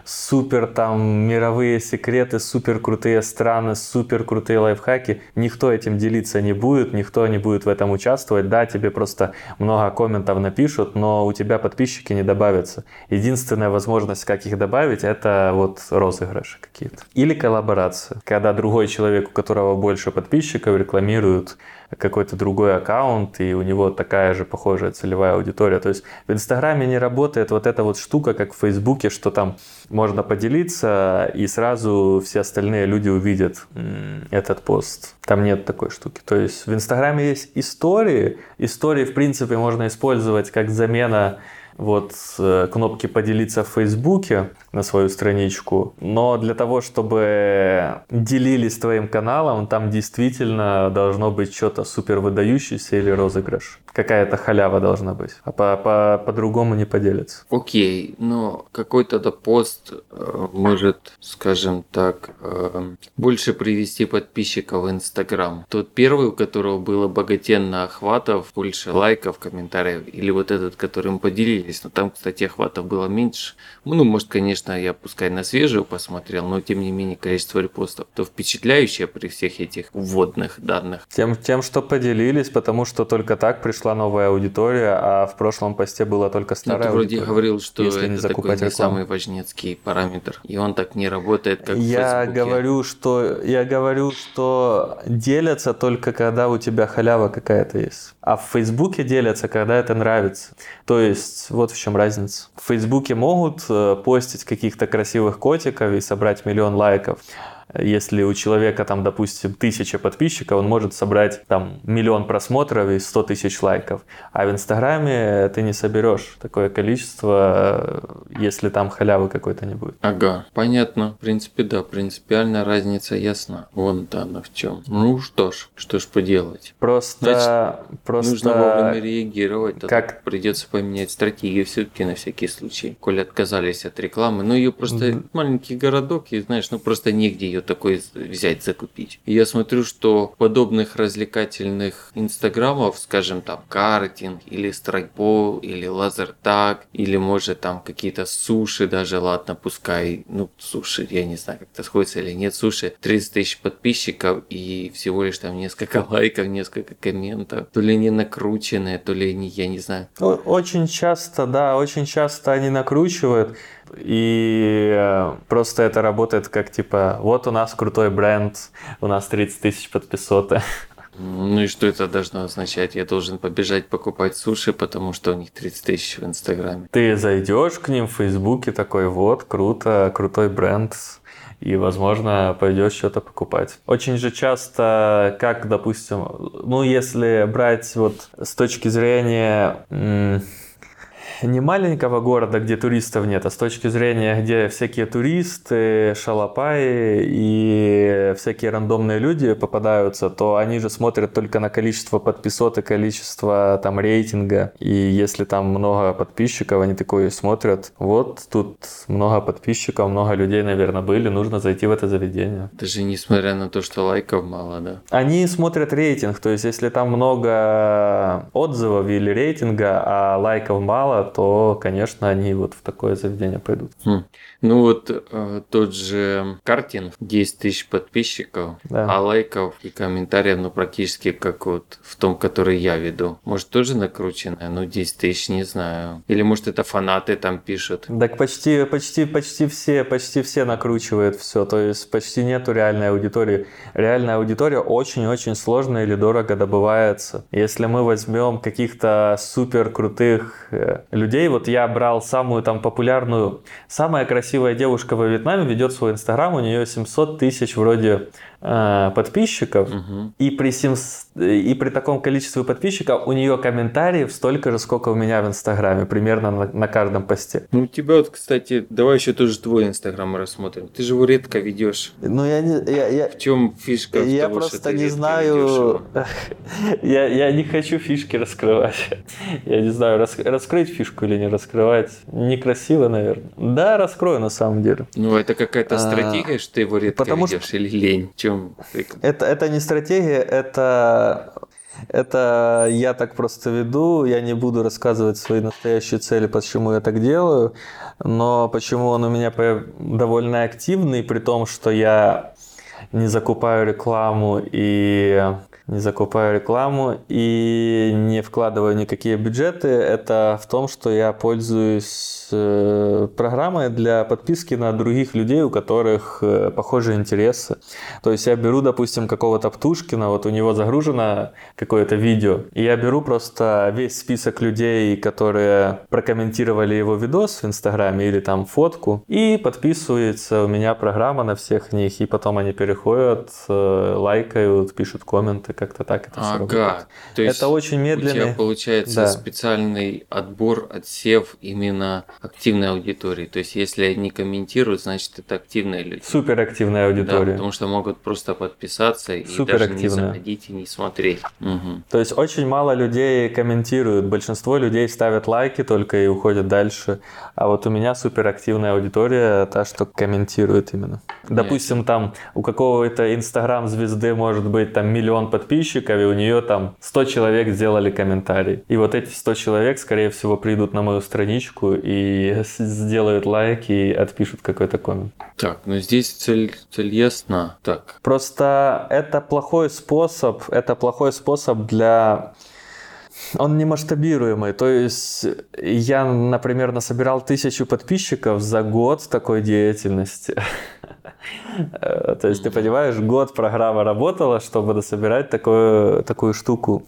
супер там мировые секреты, супер крутые страны, супер крутые лайфхаки. Никто этим делиться не будет, никто не будет в этом участвовать. Да, тебе просто много комментов напишут, но у тебя подписчики не добавятся. Единственная возможность, как их добавить, это вот розыгрыши какие-то. Или коллаборация, когда другой человек, у которого больше подписчиков, рекламирует какой-то другой аккаунт, и у него такая же похожая целевая аудитория. То есть в Инстаграме не работает вот эта вот штука, как в Фейсбуке, что там можно поделиться, и сразу все остальные люди увидят этот пост. Там нет такой штуки. То есть в Инстаграме есть истории. Истории, в принципе, можно использовать как замена вот кнопки «Поделиться» в Фейсбуке на свою страничку. Но для того, чтобы делились твоим каналом, там действительно должно быть что-то супер выдающееся или розыгрыш. Какая-то халява должна быть. А по-другому не поделиться. Окей, но какой-то пост может, скажем так, больше привести подписчиков в Инстаграм. Тот первый, у которого было богатенно охватов, больше лайков, комментариев, или вот этот, которым поделились. Но там, кстати, охватов было меньше. Ну, может, конечно, я пускай на свежую посмотрел, но тем не менее количество репостов то впечатляющее при всех этих вводных данных. Тем, что поделились, потому что только так пришла новая аудитория, а в прошлом посте была только старая аудитория. Ты вроде говорил, что это не такой не самый важнецкий параметр, и он так не работает, как в Фейсбуке. Я говорю, что делятся только когда у тебя халява какая-то есть. А в Фейсбуке делятся, когда это нравится. То есть, вот в чем разница. В Фейсбуке могут постить каких-то красивых котиков и собрать 1 000 000 лайков. Если у человека там, допустим, 1000 подписчиков, он может собрать там 1 000 000 просмотров и 100 000 лайков. А в Инстаграме ты не соберешь такое количество, если там халявы какой-то не будет. Ага, понятно. В принципе, да, принципиальная разница ясна. Вон она в чем. Ну что ж поделать. Просто нужно вовремя реагировать. Как придется поменять стратегию все-таки на всякий случай. Коли отказались от рекламы, ну ее просто маленький городок, и знаешь, ну просто негде ее такой взять, закупить. И я смотрю, что подобных развлекательных инстаграмов, скажем там, картинг, или страйкбол, или лазертаг, или может там какие-то суши даже, ладно, пускай, ну суши, я не знаю, как это сходится или нет, суши, 30 000 подписчиков и всего лишь там несколько лайков, несколько комментов, то ли не накрученные, то ли не, я не знаю. Очень часто они накручивают, и просто это работает как типа, вот у нас крутой бренд, у нас 30 000 подписоты. Ну и что это должно означать? Я должен побежать покупать суши, потому что у них 30 000 в Инстаграме. Ты зайдешь к ним в Фейсбуке, такой, вот, круто, крутой бренд, и, возможно, пойдешь что-то покупать. Очень же часто, как, допустим, ну, если брать вот с точки зрения не маленького города, где туристов нет, а с точки зрения, где всякие туристы, шалопаи и всякие рандомные люди попадаются, то они же смотрят только на количество подписок и количество там рейтинга. И если там много подписчиков, они такое смотрят, вот тут много подписчиков, много людей, наверное, были, нужно зайти в это заведение. Даже несмотря на то, что лайков мало, да? Они смотрят рейтинг, то есть если там много отзывов или рейтинга, а лайков мало, то, конечно, они вот в такое заведение пойдут. Ну вот тот же картинг, 10 000 подписчиков, да. А лайков и комментариев, ну практически как вот в том, который я веду. Может тоже накрученное, ну 10 000, не знаю. Или может это фанаты там пишут. Так почти все накручивают все, то есть почти нету реальной аудитории. Реальная аудитория очень-очень сложно или дорого добывается. Если мы возьмем каких-то супер крутых людей, вот я брал самую там популярную, самая красивая девушка во Вьетнаме ведет свой инстаграм, у нее 700 000 вроде подписчиков, и при таком количестве подписчиков у нее комментариев столько же, сколько у меня в инстаграме, примерно на каждом посте. Ну у тебя вот, кстати, давай еще тоже твой инстаграм рассмотрим. Ты же его редко ведешь. Ну в чем фишка? Я того, просто что ты не знаю. Я не хочу фишки раскрывать. Я не знаю, раскрыть фишку или не раскрывать. Некрасиво, наверное. Да, раскрою на самом деле. Ну это какая-то стратегия, что ты его редко ведешь, или лень? В чем? Это не стратегия, это Это я так просто веду, я не буду рассказывать свои настоящие цели, почему я так делаю, но почему он у меня довольно активный, при том, что я не закупаю рекламу и не вкладываю никакие бюджеты, это в том, что я пользуюсь программой для подписки на других людей, у которых похожие интересы. То есть я беру, допустим, какого-то Птушкина, вот у него загружено какое-то видео, и я беру просто весь список людей, которые прокомментировали его видос в Инстаграме или там фотку, и подписывается у меня программа на всех них, и потом они переходят, лайкают, пишут комменты, как-то так это все работает. То есть это очень медленно. У тебя получается специальный отбор, отсев именно активной аудитории. То есть если они комментируют, значит это активные люди. Суперактивная аудитория. Да, потому что могут просто подписаться и даже не заходить и не смотреть. Угу. То есть очень мало людей комментируют. Большинство людей ставят лайки только и уходят дальше. А вот у меня суперактивная аудитория, та, что комментирует именно. Допустим, там у какого-то инстаграм-звезды может быть там 1 миллион подписчиков, и у нее там 100 человек сделали комментарий. И вот эти 100 человек, скорее всего, придут на мою страничку и сделают лайк и отпишут какой-то коммент. Так, ну здесь цель ясна. Так. Просто это плохой способ для... Он не масштабируемый. То есть я, например, насобирал 1000 подписчиков за год такой деятельности. То есть ты понимаешь, год программа работала, чтобы насобирать такую штуку.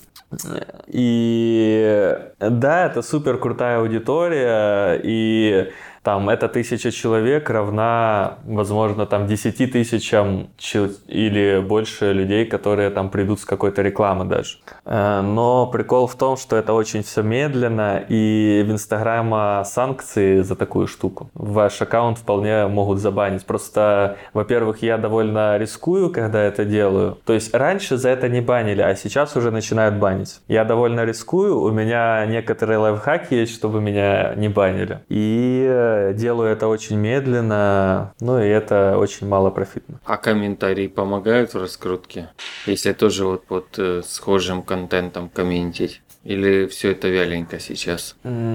И да, это супер крутая аудитория, и там эта 1000 человек равна, возможно, там 10 тысячам или больше людей, которые там придут с какой-то рекламы даже. Но прикол в том, что это очень все медленно, и в Инстаграма санкции за такую штуку. Ваш аккаунт вполне могут забанить. Просто, во-первых, я довольно рискую, когда это делаю. То есть раньше за это не банили, а сейчас уже начинают банить. Я довольно рискую, у меня некоторые лайфхаки есть, чтобы меня не банили. И делаю это очень медленно, ну и это очень малопрофитно. А комментарии помогают в раскрутке? Если тоже вот под схожим контентом комментить? Или все это вяленько сейчас?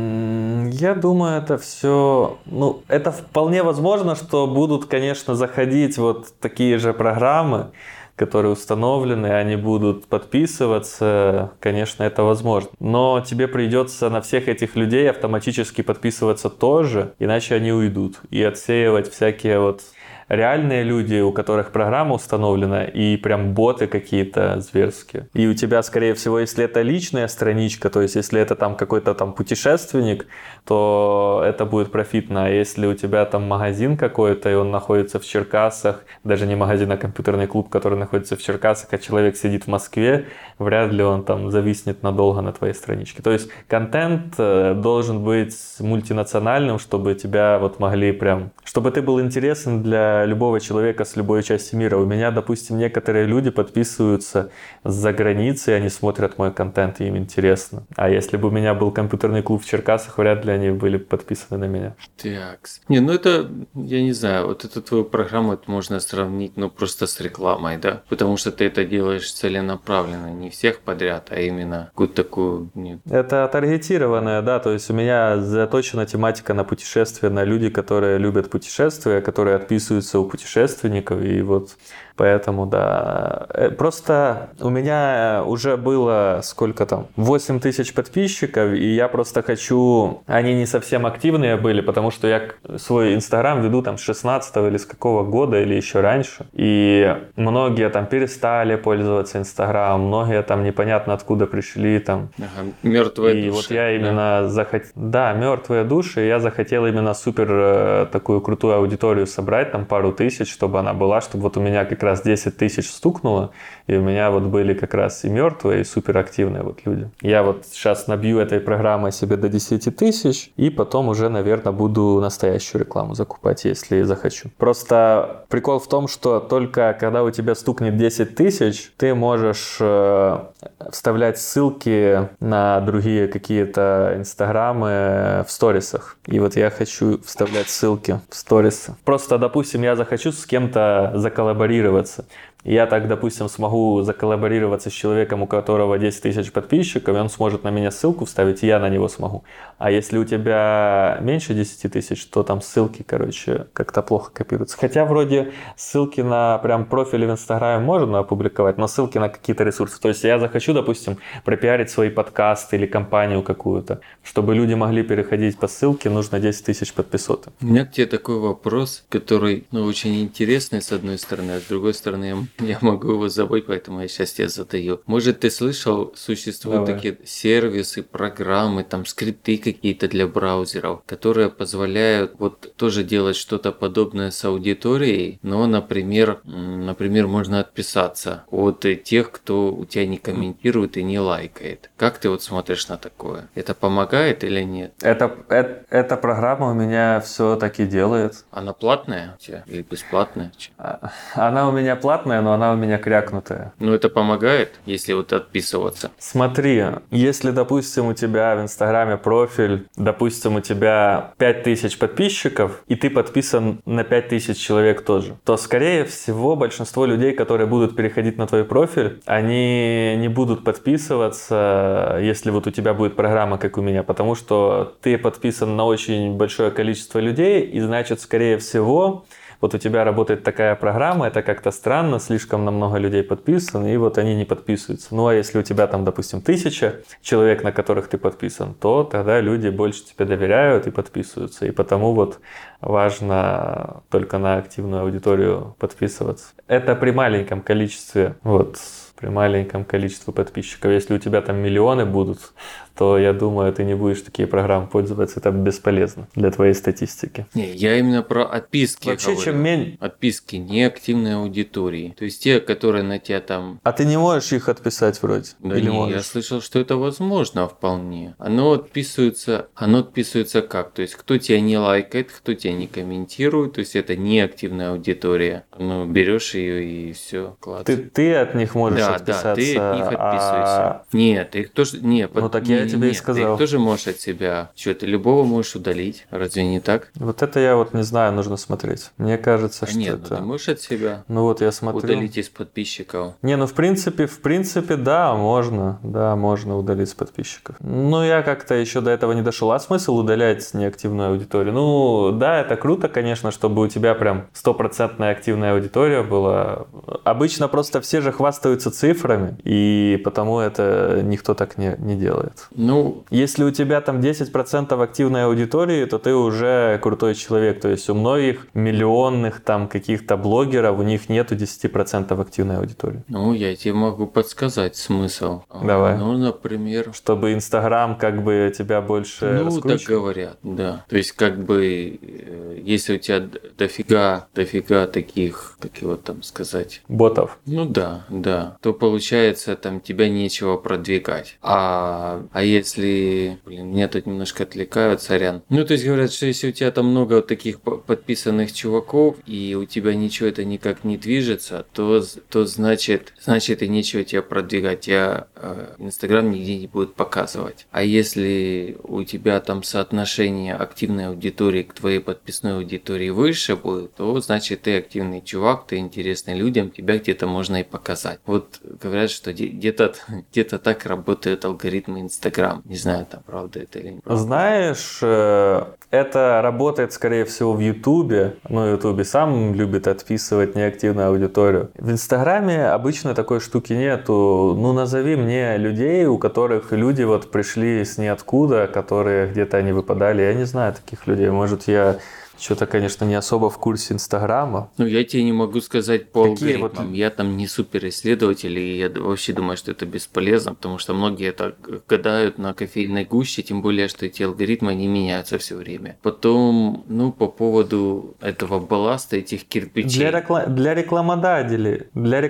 Я думаю, это все... Ну, это вполне возможно, что будут, конечно, заходить вот такие же программы, которые установлены, они будут подписываться, конечно, это возможно. Но тебе придется на всех этих людей автоматически подписываться тоже, иначе они уйдут. И отсеивать всякие вот реальные люди, у которых программа установлена, и прям боты какие-то зверские. И у тебя, скорее всего, если это личная страничка, то есть если это там какой-то там путешественник, то это будет профитно. А если у тебя там магазин какой-то, и он находится в Черкасах, даже не магазин, а компьютерный клуб, который находится в Черкасах, а человек сидит в Москве, вряд ли он там зависнет надолго на твоей страничке. То есть контент должен быть мультинациональным, чтобы тебя вот могли прям... Чтобы ты был интересен для любого человека с любой части мира. У меня, допустим, некоторые люди подписываются за границей, они смотрят мой контент, и им интересно. А если бы у меня был компьютерный клуб в Черкасах, вряд ли они были подписаны на меня. Так. Не, ну это, я не знаю, вот эту твою программу можно сравнить, ну, просто с рекламой, да? Потому что ты это делаешь целенаправленно, не всех подряд, а именно какую-то такую... Нет. Это таргетированное, да, то есть у меня заточена тематика на путешествия, на люди, которые любят путешествия, которые отписываются у путешественников, и вот поэтому, да. Просто у меня уже было, 8000 подписчиков, и я просто хочу... Они не совсем активные были, потому что я свой Инстаграм веду там с 16 или с какого года, или еще раньше. И многие там перестали пользоваться Инстаграмом, многие там непонятно откуда пришли там. Ага, мертвые души. И вот я именно захотел... Да, мертвые души, я захотел именно супер такую крутую аудиторию собрать, там пару тысяч, чтобы она была, чтобы вот у меня как раз 10 тысяч стукнуло, и у меня вот были как раз и мертвые, и суперактивные вот люди. Я вот сейчас набью этой программой себе до 10 тысяч, и потом уже, наверное, буду настоящую рекламу закупать, если захочу. Просто прикол в том, что только когда у тебя стукнет 10 тысяч, ты можешь вставлять ссылки на другие какие-то инстаграмы в сторисах. И вот я хочу вставлять ссылки в сторисы. Просто, допустим, я захочу с кем-то заколлаборироваться. Я так, допустим, смогу заколлаборироваться с человеком, у которого 10 тысяч подписчиков, и он сможет на меня ссылку вставить, и я на него смогу. А если у тебя меньше 10 тысяч, то там ссылки, короче, как-то плохо копируются. Хотя вроде ссылки на прям профили в Инстаграме можно опубликовать, но ссылки на какие-то ресурсы. То есть я захочу, допустим, пропиарить свои подкасты или компанию какую-то. Чтобы люди могли переходить по ссылке, нужно 10 тысяч подписоты. У меня к тебе такой вопрос, который, очень интересный с одной стороны, а с другой стороны я могу его забыть, поэтому я сейчас тебе задаю. Может, ты слышал, существуют такие сервисы, программы, там скрипты какие-то для браузеров, которые позволяют вот тоже делать что-то подобное с аудиторией, но, например, можно отписаться от тех, кто у тебя не комментирует и не лайкает. Как ты вот смотришь на такое? Это помогает или нет? Эта программа у меня все-таки делает. Она платная у тебя или бесплатная? Она у меня платная, но она у меня крякнутая. Ну, это помогает, если вот отписываться? Смотри, если, допустим, у тебя в Инстаграме профиль, допустим, у тебя 5000 подписчиков, и ты подписан на 5000 человек тоже, то, скорее всего, большинство людей, которые будут переходить на твой профиль, они не будут подписываться, если вот у тебя будет программа, как у меня, потому что ты подписан на очень большое количество людей, и значит, скорее всего, вот у тебя работает такая программа, это как-то странно, слишком на много людей подписано, и вот они не подписываются. Ну а если у тебя там, допустим, 1000 человек, на которых ты подписан, то тогда люди больше тебе доверяют и подписываются. И потому вот важно только на активную аудиторию подписываться. Это при маленьком количестве, при маленьком количестве подписчиков. Если у тебя там миллионы будут, то я думаю, ты не будешь такие программы пользоваться. Это бесполезно для твоей статистики. Не, я именно про отписки вообще, говорю. Чем меньше... Отписки неактивной аудитории. То есть те, которые на тебя там... А ты не можешь их отписать вроде? Да или не, можешь? Я слышал, что это возможно вполне. Оно отписывается как? То есть кто тебя не лайкает, кто тебя не комментирует, то есть это неактивная аудитория. Ну, берешь ее и все, клацаешь. Ты от них можешь отписаться. Да, ты от них отписываешься. Нет, ты их тоже... Нет, ну так я тебе и сказал. Ты их тоже можешь от себя. Что, ты любого можешь удалить? Разве не так? Вот это я вот не знаю, нужно смотреть. Мне кажется, что нет, это... ты можешь от себя ну вот я смотрю. удалить из подписчиков. Не, ну в принципе, да, можно удалить с подписчиков. Но я как-то еще до этого не дошел. А смысл удалять неактивную аудиторию? Ну, да, это круто, конечно, чтобы у тебя прям 100% активная аудитория была. Обычно просто все же хвастаются цифрами, и потому это никто так не делает. Ну, если у тебя там 10% активной аудитории, то ты уже крутой человек. То есть у многих миллионных там каких-то блогеров, у них нету 10% активной аудитории. Ну, я тебе могу подсказать смысл. Давай. Ну, например... Чтобы Инстаграм как бы тебя больше раскручивал. Ну, так говорят, да. То есть, как бы, если у тебя дофига таких, как его там сказать... ботов. Ну да, то получается, там тебя нечего продвигать. А если... меня тут немножко отвлекают, сорян. Ну, то есть, говорят, что если у тебя там много вот таких подписанных чуваков, и у тебя ничего это никак не движется, то значит и нечего тебя продвигать. Тебя Инстаграм нигде не будет показывать. А если у тебя там соотношение активной аудитории к твоей подписной аудитории выше будет, то значит ты активный чувак, ты интересный людям, тебя где-то можно и показать. Вот говорят, что где-то так работают алгоритмы Инстаграм. Не знаю, там правда это или не правда. Знаешь, это работает, скорее всего, в Ютубе. Ну, Ютубе сам любит отписывать неактивную аудиторию. В Инстаграме обычно такой штуки нету. Ну, назови мне людей, у которых люди вот пришли с ниоткуда, которые где-то они выпадали. Я не знаю таких людей. Может, я... Что-то, конечно, не особо в курсе Инстаграма. Ну, я тебе не могу сказать по Какие алгоритмам. Я там не супер исследователь, и я вообще думаю, что это бесполезно, потому что многие так гадают на кофейной гуще, тем более, что эти алгоритмы, они меняются все время. Потом, по поводу этого балласта, этих кирпичей. Для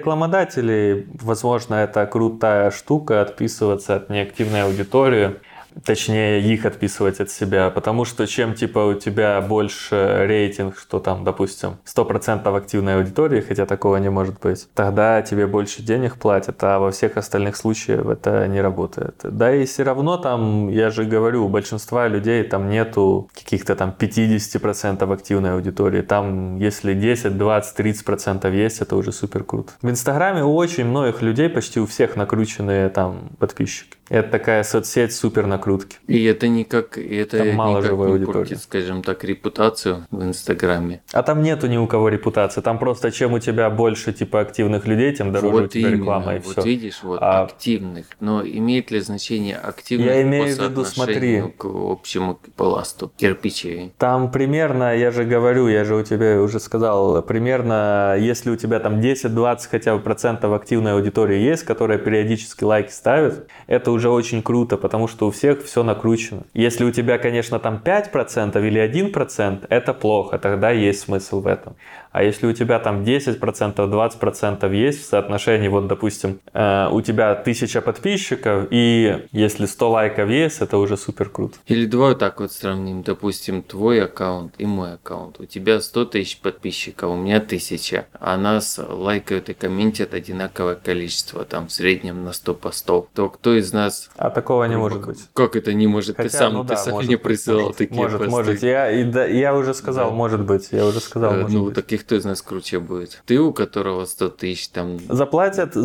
рекламодателей, возможно, это крутая штука, отписываться от неактивной аудитории. точнее их отписывать от себя, потому что чем типа у тебя больше рейтинг, что там, допустим, 100% активной аудитории, хотя такого не может быть, тогда тебе больше денег платят, а во всех остальных случаях это не работает. Да и все равно там, я же говорю, у большинства людей там нету каких-то там 50% активной аудитории, там если 10, 20, 30% есть, это уже супер круто. В Инстаграме у очень многих людей, почти у всех накрученные там подписчики. Это такая соцсеть супер накрутки. И это никак, Там мало никак живой не аудитории. портит, скажем так, репутацию в Инстаграме. А там нету ни у кого репутации. Там просто чем у тебя больше типа активных людей, тем дороже Вот у тебя именно, реклама и вот все. видишь, вот активных. Но имеет ли значение активных Я имею по в виду, соотношению смотри. к общему пласту кирпичей? Там примерно, я же говорю, я же у тебя уже сказал, примерно, если у тебя там 10-20 хотя бы процентов активной аудитории есть, которая периодически лайки ставит, это уже очень круто, потому что у всех все накручено. Если у тебя, конечно, там 5% или 1%, это плохо, тогда есть смысл в этом. А если у тебя там 10%, 20% есть в соотношении, вот, допустим, у тебя 1000 подписчиков, и если 100 лайков есть, это уже супер круто. Или давай вот так вот сравним, допустим, твой аккаунт и мой аккаунт. У тебя 100 тысяч подписчиков, у меня 1000, а нас лайкают и комментят одинаковое количество, там в среднем на 100 постов. То кто из нас... А такого не может быть. Как это не может? Хотя, ты сам может мне быть, присылал такие посты. Может. Я уже сказал, Да. может быть. Я уже сказал, может Ну, быть. так и кто из нас круче будет? Ты, у которого 100 тысяч, там... Заплатят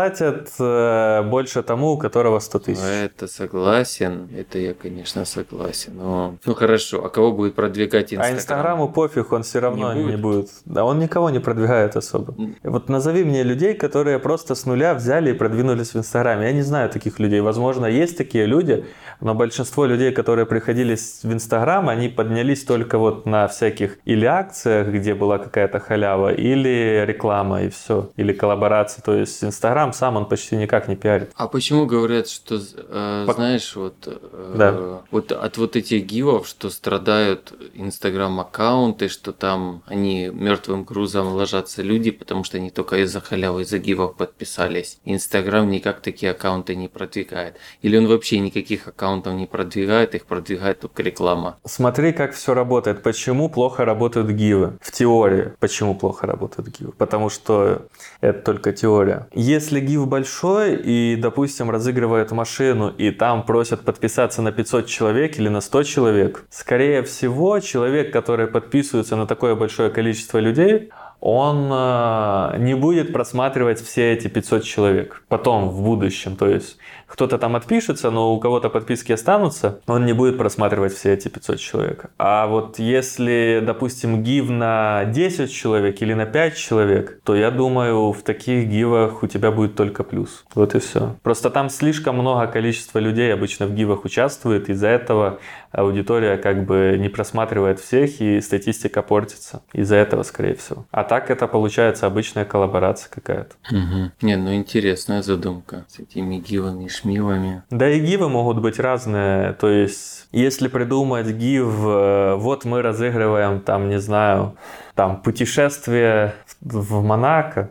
больше тому, у которого 100 тысяч. Это согласен, это я, конечно, согласен. Но... Ну хорошо, а кого будет продвигать Инстаграм? А Инстаграму пофиг, он все равно не будет. Да, он никого не продвигает особо. Вот назови мне людей, которые просто с нуля взяли и продвинулись в Инстаграме. Я не знаю таких людей. Возможно, есть такие люди, но большинство людей, которые приходили в Инстаграм, они поднялись только вот на всяких или акциях, где была какая-то халява, или реклама, и все. Или коллаборация. То есть Инстаграм сам, он почти никак не пиарит. А почему говорят, что, знаешь, вот от вот этих гивов, что страдают Инстаграм-аккаунты, что там они мертвым грузом ложатся люди, потому что они только из-за халявы, из-за гивов подписались. Инстаграм никак такие аккаунты не продвигает. Или он вообще никаких аккаунтов не продвигает, их продвигает только реклама. Смотри, как все работает. Почему плохо работают гивы? В теории. Почему плохо работают гивы? Потому что это только теория. Если гив большой и, допустим, разыгрывают машину, и там просят подписаться на 500 человек или на 100 человек, скорее всего, человек, который подписывается на такое большое количество людей, он не будет просматривать все эти 500 человек потом, в будущем. То есть кто-то там отпишется, но у кого-то подписки останутся, он не будет просматривать все эти 500 человек. А вот если, допустим, гив на 10 человек или на 5 человек, то я думаю, в таких гивах у тебя будет только плюс. Вот и все. Просто там слишком много количества людей обычно в гивах участвует, из-за этого аудитория как бы не просматривает всех, и статистика портится. Из-за этого, скорее всего. А так это получается обычная коллаборация какая-то. Угу. Не, ну интересная задумка с этими гивами, шмивами. Да и гивы могут быть разные. То есть, если придумать гив, вот мы разыгрываем там, не знаю, там путешествие в Монако,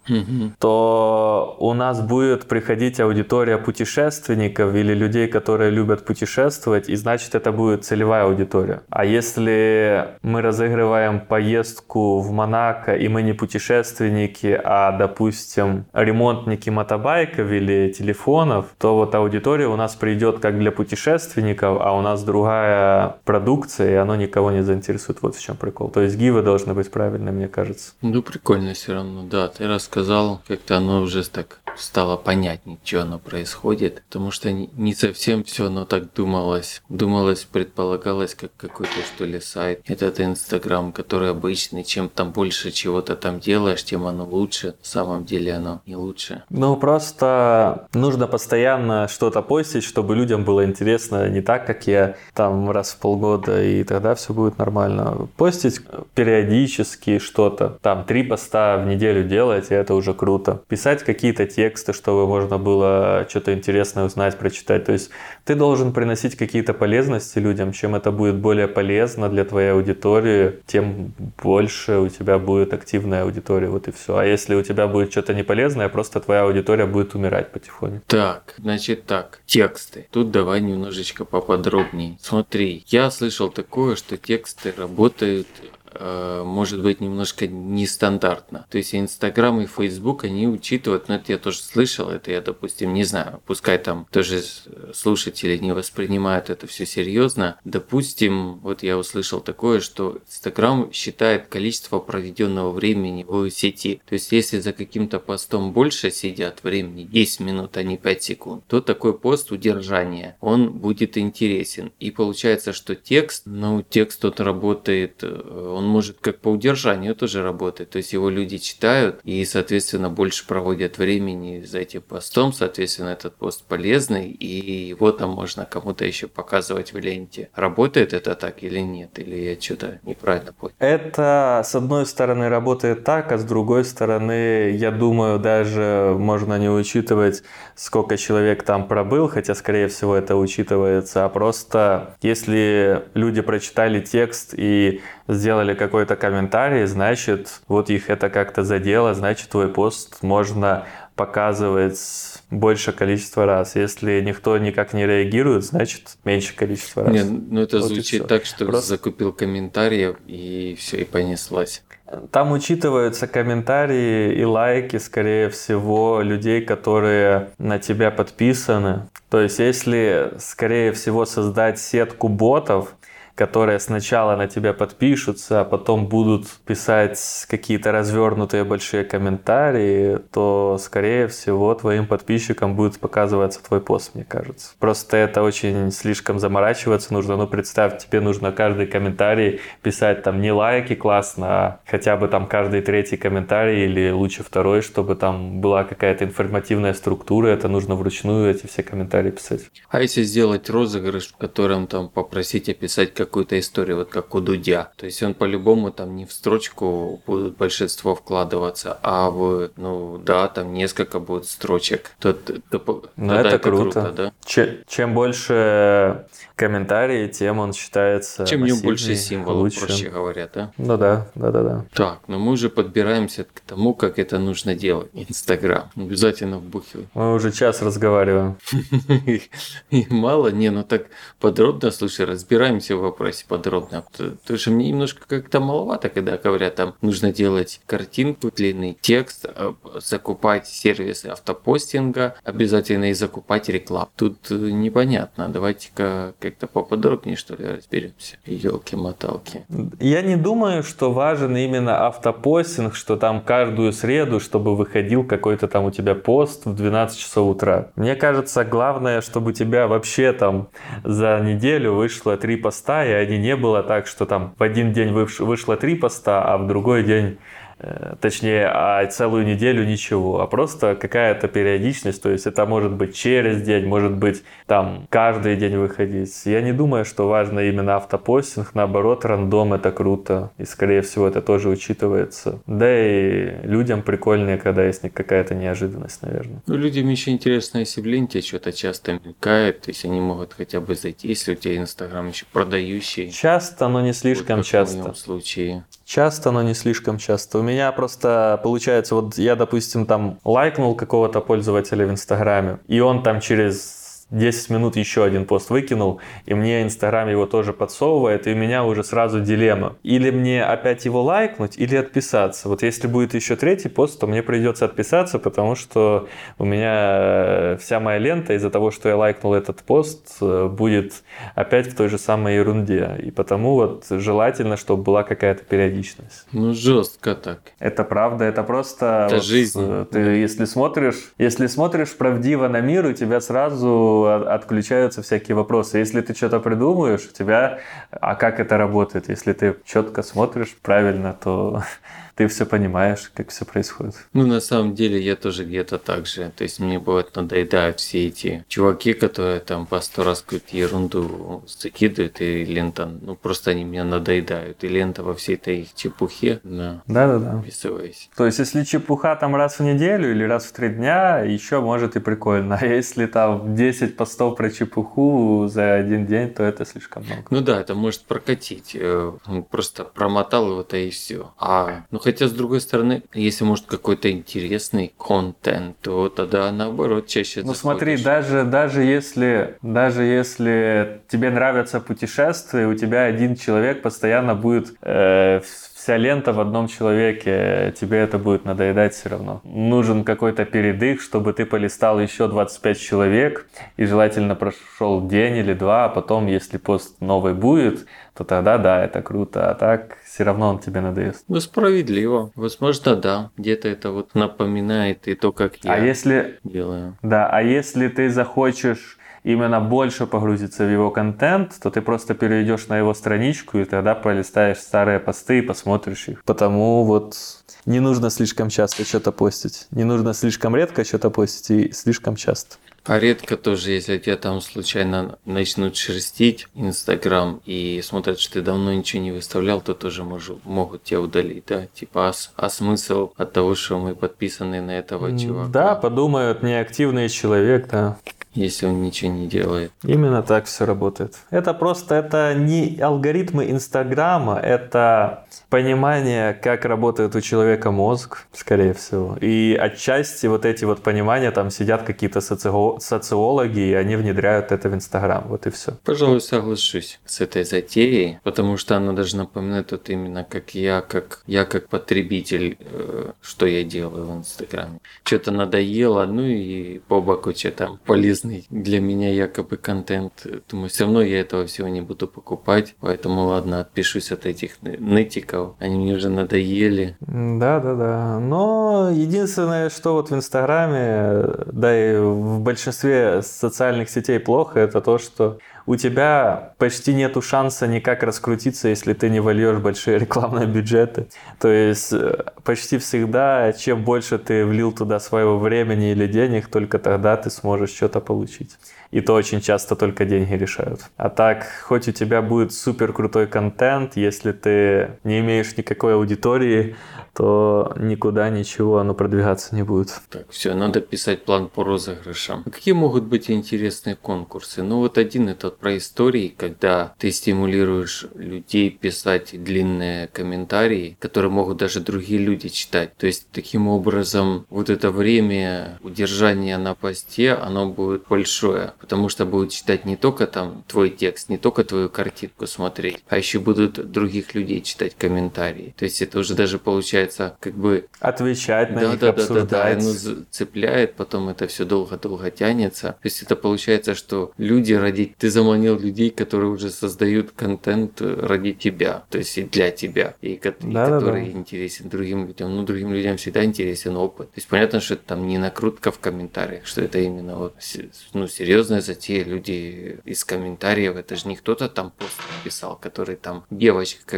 то у нас будет приходить аудитория путешественников или людей, которые любят путешествовать, и значит это будет целевая аудитория. А если мы разыгрываем поездку в Монако, и мы не путешественники, а, допустим, ремонтники мотобайков или телефонов, то вот аудитория у нас придет как для путешественников, а у нас другая продукция, и оно никого не заинтересует. Вот в чем прикол. То есть гивы должны быть правильные, мне кажется. Ну, прикольно все равно, да. Ты рассказал, как-то оно уже так стало понятнее, что оно происходит. Потому что не совсем все оно так думалось. Предполагалось, как какой-то, что ли, сайт. Этот Инстаграм, который обычный. Чем там больше чего-то там делаешь, тем оно лучше. На самом деле оно не лучше. Ну, просто нужно постоянно что-то постить, чтобы людям было интересно. Не так, как я там раз в полгода, и тогда все будет нормально. Постить периодически что-то. Там 3 поста поста в неделю делать, и это уже круто. Писать какие-то тексты, чтобы можно было что-то интересное узнать, прочитать. То есть ты должен приносить какие-то полезности людям. Чем это будет более полезно для твоей аудитории, тем больше у тебя будет активная аудитория. Вот и все. А если у тебя будет что-то неполезное, просто твоя аудитория будет умирать потихоньку. Так, значит так, тексты. Тут давай немножечко поподробнее. Смотри, я слышал такое, что тексты работают, может быть, немножко нестандартно. То есть Инстаграм и Фейсбук, они учитывают, это я тоже слышал, это я, допустим, не знаю, пускай там тоже слушатели не воспринимают это все серьезно. Допустим, вот я услышал такое, что Инстаграм считает количество проведенного времени в сети. То есть если за каким-то постом больше сидят времени, 10 минут, а не 5 секунд, то такой пост удержания, он будет интересен. И получается, что текст тот работает, он может как по удержанию тоже работать. То есть его люди читают и, соответственно, больше проводят времени за этим постом. Соответственно, этот пост полезный, и его там можно кому-то еще показывать в ленте. Работает это так или нет? Или я что-то неправильно понял? Это, с одной стороны, работает так, а с другой стороны, я думаю, даже можно не учитывать, сколько человек там пробыл, хотя, скорее всего, это учитывается, а просто если люди прочитали текст и сделали какой-то комментарий, значит, вот их это как-то задело, значит, твой пост можно показывать большее количество раз. Если никто никак не реагирует, значит, меньше количество раз. Нет, это вот звучит так, что закупил комментариев и все, и понеслась. Там учитываются комментарии и лайки, скорее всего, людей, которые на тебя подписаны. То есть, если, скорее всего, создать сетку ботов, которые сначала на тебя подпишутся, а потом будут писать какие-то развернутые большие комментарии, то, скорее всего, твоим подписчикам будет показываться твой пост, мне кажется. Просто это очень слишком заморачиваться нужно. Представь, тебе нужно каждый комментарий писать там не лайки классно, а хотя бы там каждый третий комментарий или лучше второй, чтобы там была какая-то информативная структура, это нужно вручную эти все комментарии писать. А если сделать розыгрыш, в котором там попросить описать какую-то историю, вот как у Дудя. То есть он по-любому там не в строчку будут большинство вкладываться, а там несколько будет строчек. Это круто, да? Чем больше комментарии, тем он считается чем у него больше символов, лучше. Проще говоря, да? Ну да. Так, мы уже подбираемся к тому, как это нужно делать. Инстаграм. Обязательно вбухивай. Мы уже час разговариваем. И мало? Так подробно, слушай, разбираемся в вопросе подробно. Потому что мне немножко как-то маловато, когда говорят, там нужно делать картинку, длинный текст, закупать сервисы автопостинга, обязательно и закупать рекламу. Тут непонятно. Давайте-ка как-то поподробнее, что ли, разберемся. Ёлки-моталки. Я не думаю, что важен именно автопостинг, что там каждую среду, чтобы выходил какой-то там у тебя пост в 12 часов утра. Мне кажется, главное, чтобы у тебя вообще там за неделю вышло 3 поста, и они не было так, что там в один день вышло 3 поста, а в другой день целую неделю ничего, а просто какая-то периодичность, то есть это может быть через день, может быть там каждый день выходить. Я не думаю, что важно именно автопостинг, наоборот, рандом это круто, и скорее всего это тоже учитывается. Да и людям прикольнее, когда есть какая-то неожиданность, наверное. Людям еще интересно, если в ленте что-то часто мелькает, то есть они могут хотя бы зайти, если у тебя Инстаграм еще продающий. Часто, но не слишком часто. В моем случае. Часто, но не слишком часто. У меня просто получается, вот я, допустим, там лайкнул какого-то пользователя в Инстаграме, и он там через 10 минут еще один пост выкинул, и мне Инстаграм его тоже подсовывает, и у меня уже сразу дилемма. Или мне опять его лайкнуть, или отписаться. Вот если будет еще третий пост, то мне придется отписаться, потому что у меня вся моя лента из-за того, что я лайкнул этот пост, будет опять в той же самой ерунде. И потому вот желательно, чтобы была какая-то периодичность. Жестко так. Это правда, это просто... Это жизнь. Ты если смотришь правдиво на мир, у тебя сразу отключаются всякие вопросы. Если ты что-то придумаешь, у тебя... А как это работает? Если ты четко смотришь правильно, то ты все понимаешь, как все происходит. Ну, на самом деле, я тоже где-то так же. То есть, мне бывает надоедают все эти чуваки, которые там по 100 раз какую-то ерунду закидывают, и лента, ну, просто они меня надоедают. И лента во всей этой их чепухе, да. Да-да-да. Вписываясь. То есть, если чепуха там раз в неделю или раз в 3 дня, еще может и прикольно. А если там 10 постов про чепуху за один день, то это слишком много. Ну да, это может прокатить. Просто промотал его-то и все. Ну хотя, с другой стороны, если может какой-то интересный контент, то тогда наоборот чаще Ну заходишь. смотри, даже если тебе нравятся путешествия, у тебя один человек постоянно будет вся лента в одном человеке, тебе это будет надоедать все равно. Нужен какой-то передых, чтобы ты полистал еще 25 человек, и желательно прошел день или два, а потом, если пост новый будет, то тогда да, это круто, а так все равно он тебе надоест. Ну, справедливо. Возможно, да. Где-то это вот напоминает и то, как я делаю. Да, а если ты захочешь именно больше погрузиться в его контент, то ты просто перейдешь на его страничку и тогда пролистаешь старые посты и посмотришь их. Потому вот не нужно слишком часто что-то постить. Не нужно слишком редко что-то постить и слишком часто. А редко тоже, если тебя там случайно начнут шерстить Инстаграм и смотрят, что ты давно ничего не выставлял, то тоже могут тебя удалить, да? Типа, а смысл от того, что мы подписаны на этого чувака? Да, подумают, неактивный человек, да. Если он ничего не делает. Именно так все работает. Это не алгоритмы Инстаграма, это понимание, как работает у человека мозг, скорее всего. И отчасти вот эти вот понимания, там сидят какие-то социологи, и они внедряют это в Инстаграм. Вот и все. Пожалуй, соглашусь с этой затеей, потому что она даже напоминает вот именно как я как потребитель, что я делаю в Инстаграме. Что-то надоело, ну и по боку что-то полезно для меня якобы контент. Думаю, все равно я этого всего не буду покупать, поэтому ладно, отпишусь от этих нытиков. Они мне уже надоели. Да. Но единственное, что вот в Инстаграме, да и в большинстве социальных сетей плохо, это то, что у тебя почти нету шанса никак раскрутиться, если ты не вольешь большие рекламные бюджеты. То есть почти всегда, чем больше ты влил туда своего времени или денег, только тогда ты сможешь что-то получить. И то очень часто только деньги решают. А так, хоть у тебя будет супер крутой контент, если ты не имеешь никакой аудитории, то никуда ничего оно продвигаться не будет. Так, все, надо писать план по розыгрышам. Какие могут быть интересные конкурсы? Ну вот один это про истории, когда ты стимулируешь людей писать длинные комментарии, которые могут даже другие люди читать. То есть таким образом вот это время удержания на посте, оно будет большое, потому что будут читать не только там твой текст, не только твою картинку смотреть, а еще будут других людей читать комментарии. То есть это уже даже получается как бы отвечать на них, обсуждать. Да, оно цепляет, потом это все долго-долго тянется. То есть это получается, что ты заманил людей, которые уже создают контент ради тебя, то есть и для тебя, и который интересен другим людям. Ну, другим людям всегда интересен опыт. То есть понятно, что это там не накрутка в комментариях, что это именно вот, серьезная затея. Люди из комментариев, это же не кто-то там пост написал, который там девочка,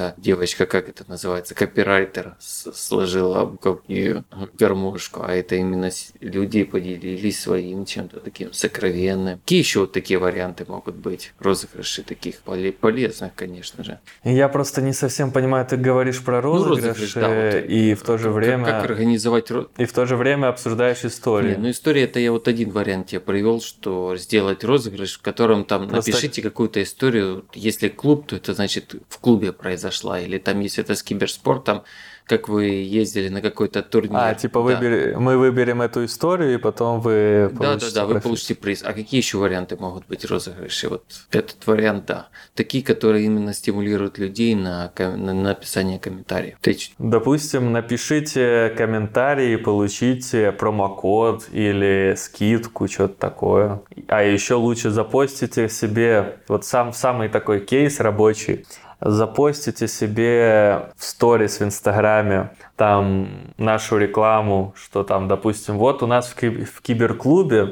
как это называется, копирайтер сложила и гармошку, а это именно люди поделились своим чем-то таким сокровенным. Какие еще вот такие варианты могут быть? Розыгрыши таких полезных, конечно же. Я просто не совсем понимаю, ты говоришь про розыгрыши, и в то же время... Как организовать и в то же время обсуждаешь историю. История это я вот один вариант тебе привел, что сделать розыгрыш, в котором там напишите какую-то историю. Если клуб, то это значит в клубе произошла, или там если это с киберспортом, как вы ездили на какой-то турнир. Мы выберем эту историю, и потом вы получите вы получите приз. А какие еще варианты могут быть розыгрыши? Вот этот вариант, да. Такие, которые именно стимулируют людей на написание комментариев. Допустим, напишите комментарий и получите промокод или скидку, что-то такое. А еще лучше запостите себе, вот самый такой кейс рабочий, запостите себе в сторис в Инстаграме там нашу рекламу, что там, допустим, вот у нас в киберклубе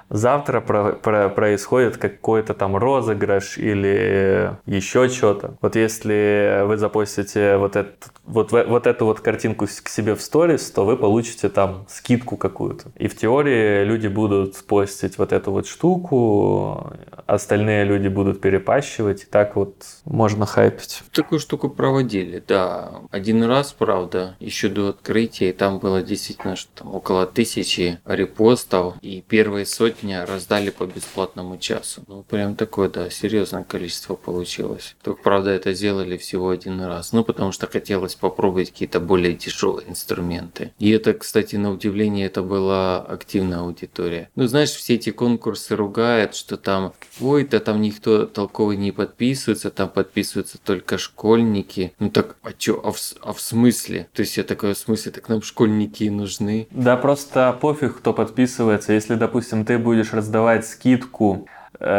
завтра происходит какой-то там розыгрыш или еще что-то. Вот если вы запостите вот эту вот картинку к себе в сторис, то вы получите там скидку какую-то. И в теории люди будут постить вот эту вот штуку, остальные люди будут перепащивать, и так вот можно хайпить. Такую штуку проводили, да. Один раз, правда, еще до открытия, и там было действительно что там около 1000 репостов, и первые сотни раздали по бесплатному часу. Ну, прям такое, да, серьезное количество получилось. Только, правда, это сделали всего один раз. Ну, потому что хотелось попробовать какие-то более дешевые инструменты. И это, кстати, на удивление, это была активная аудитория. Ну, знаешь, все эти конкурсы ругают, что там, ой, да там никто толковый не подписывается, там подписываются только школьники. Ну так, а чё, а в смысле? То есть я такой, в смысле, так нам школьники и нужны? Да просто пофиг, кто подписывается. Если, допустим, ты будешь раздавать скидку,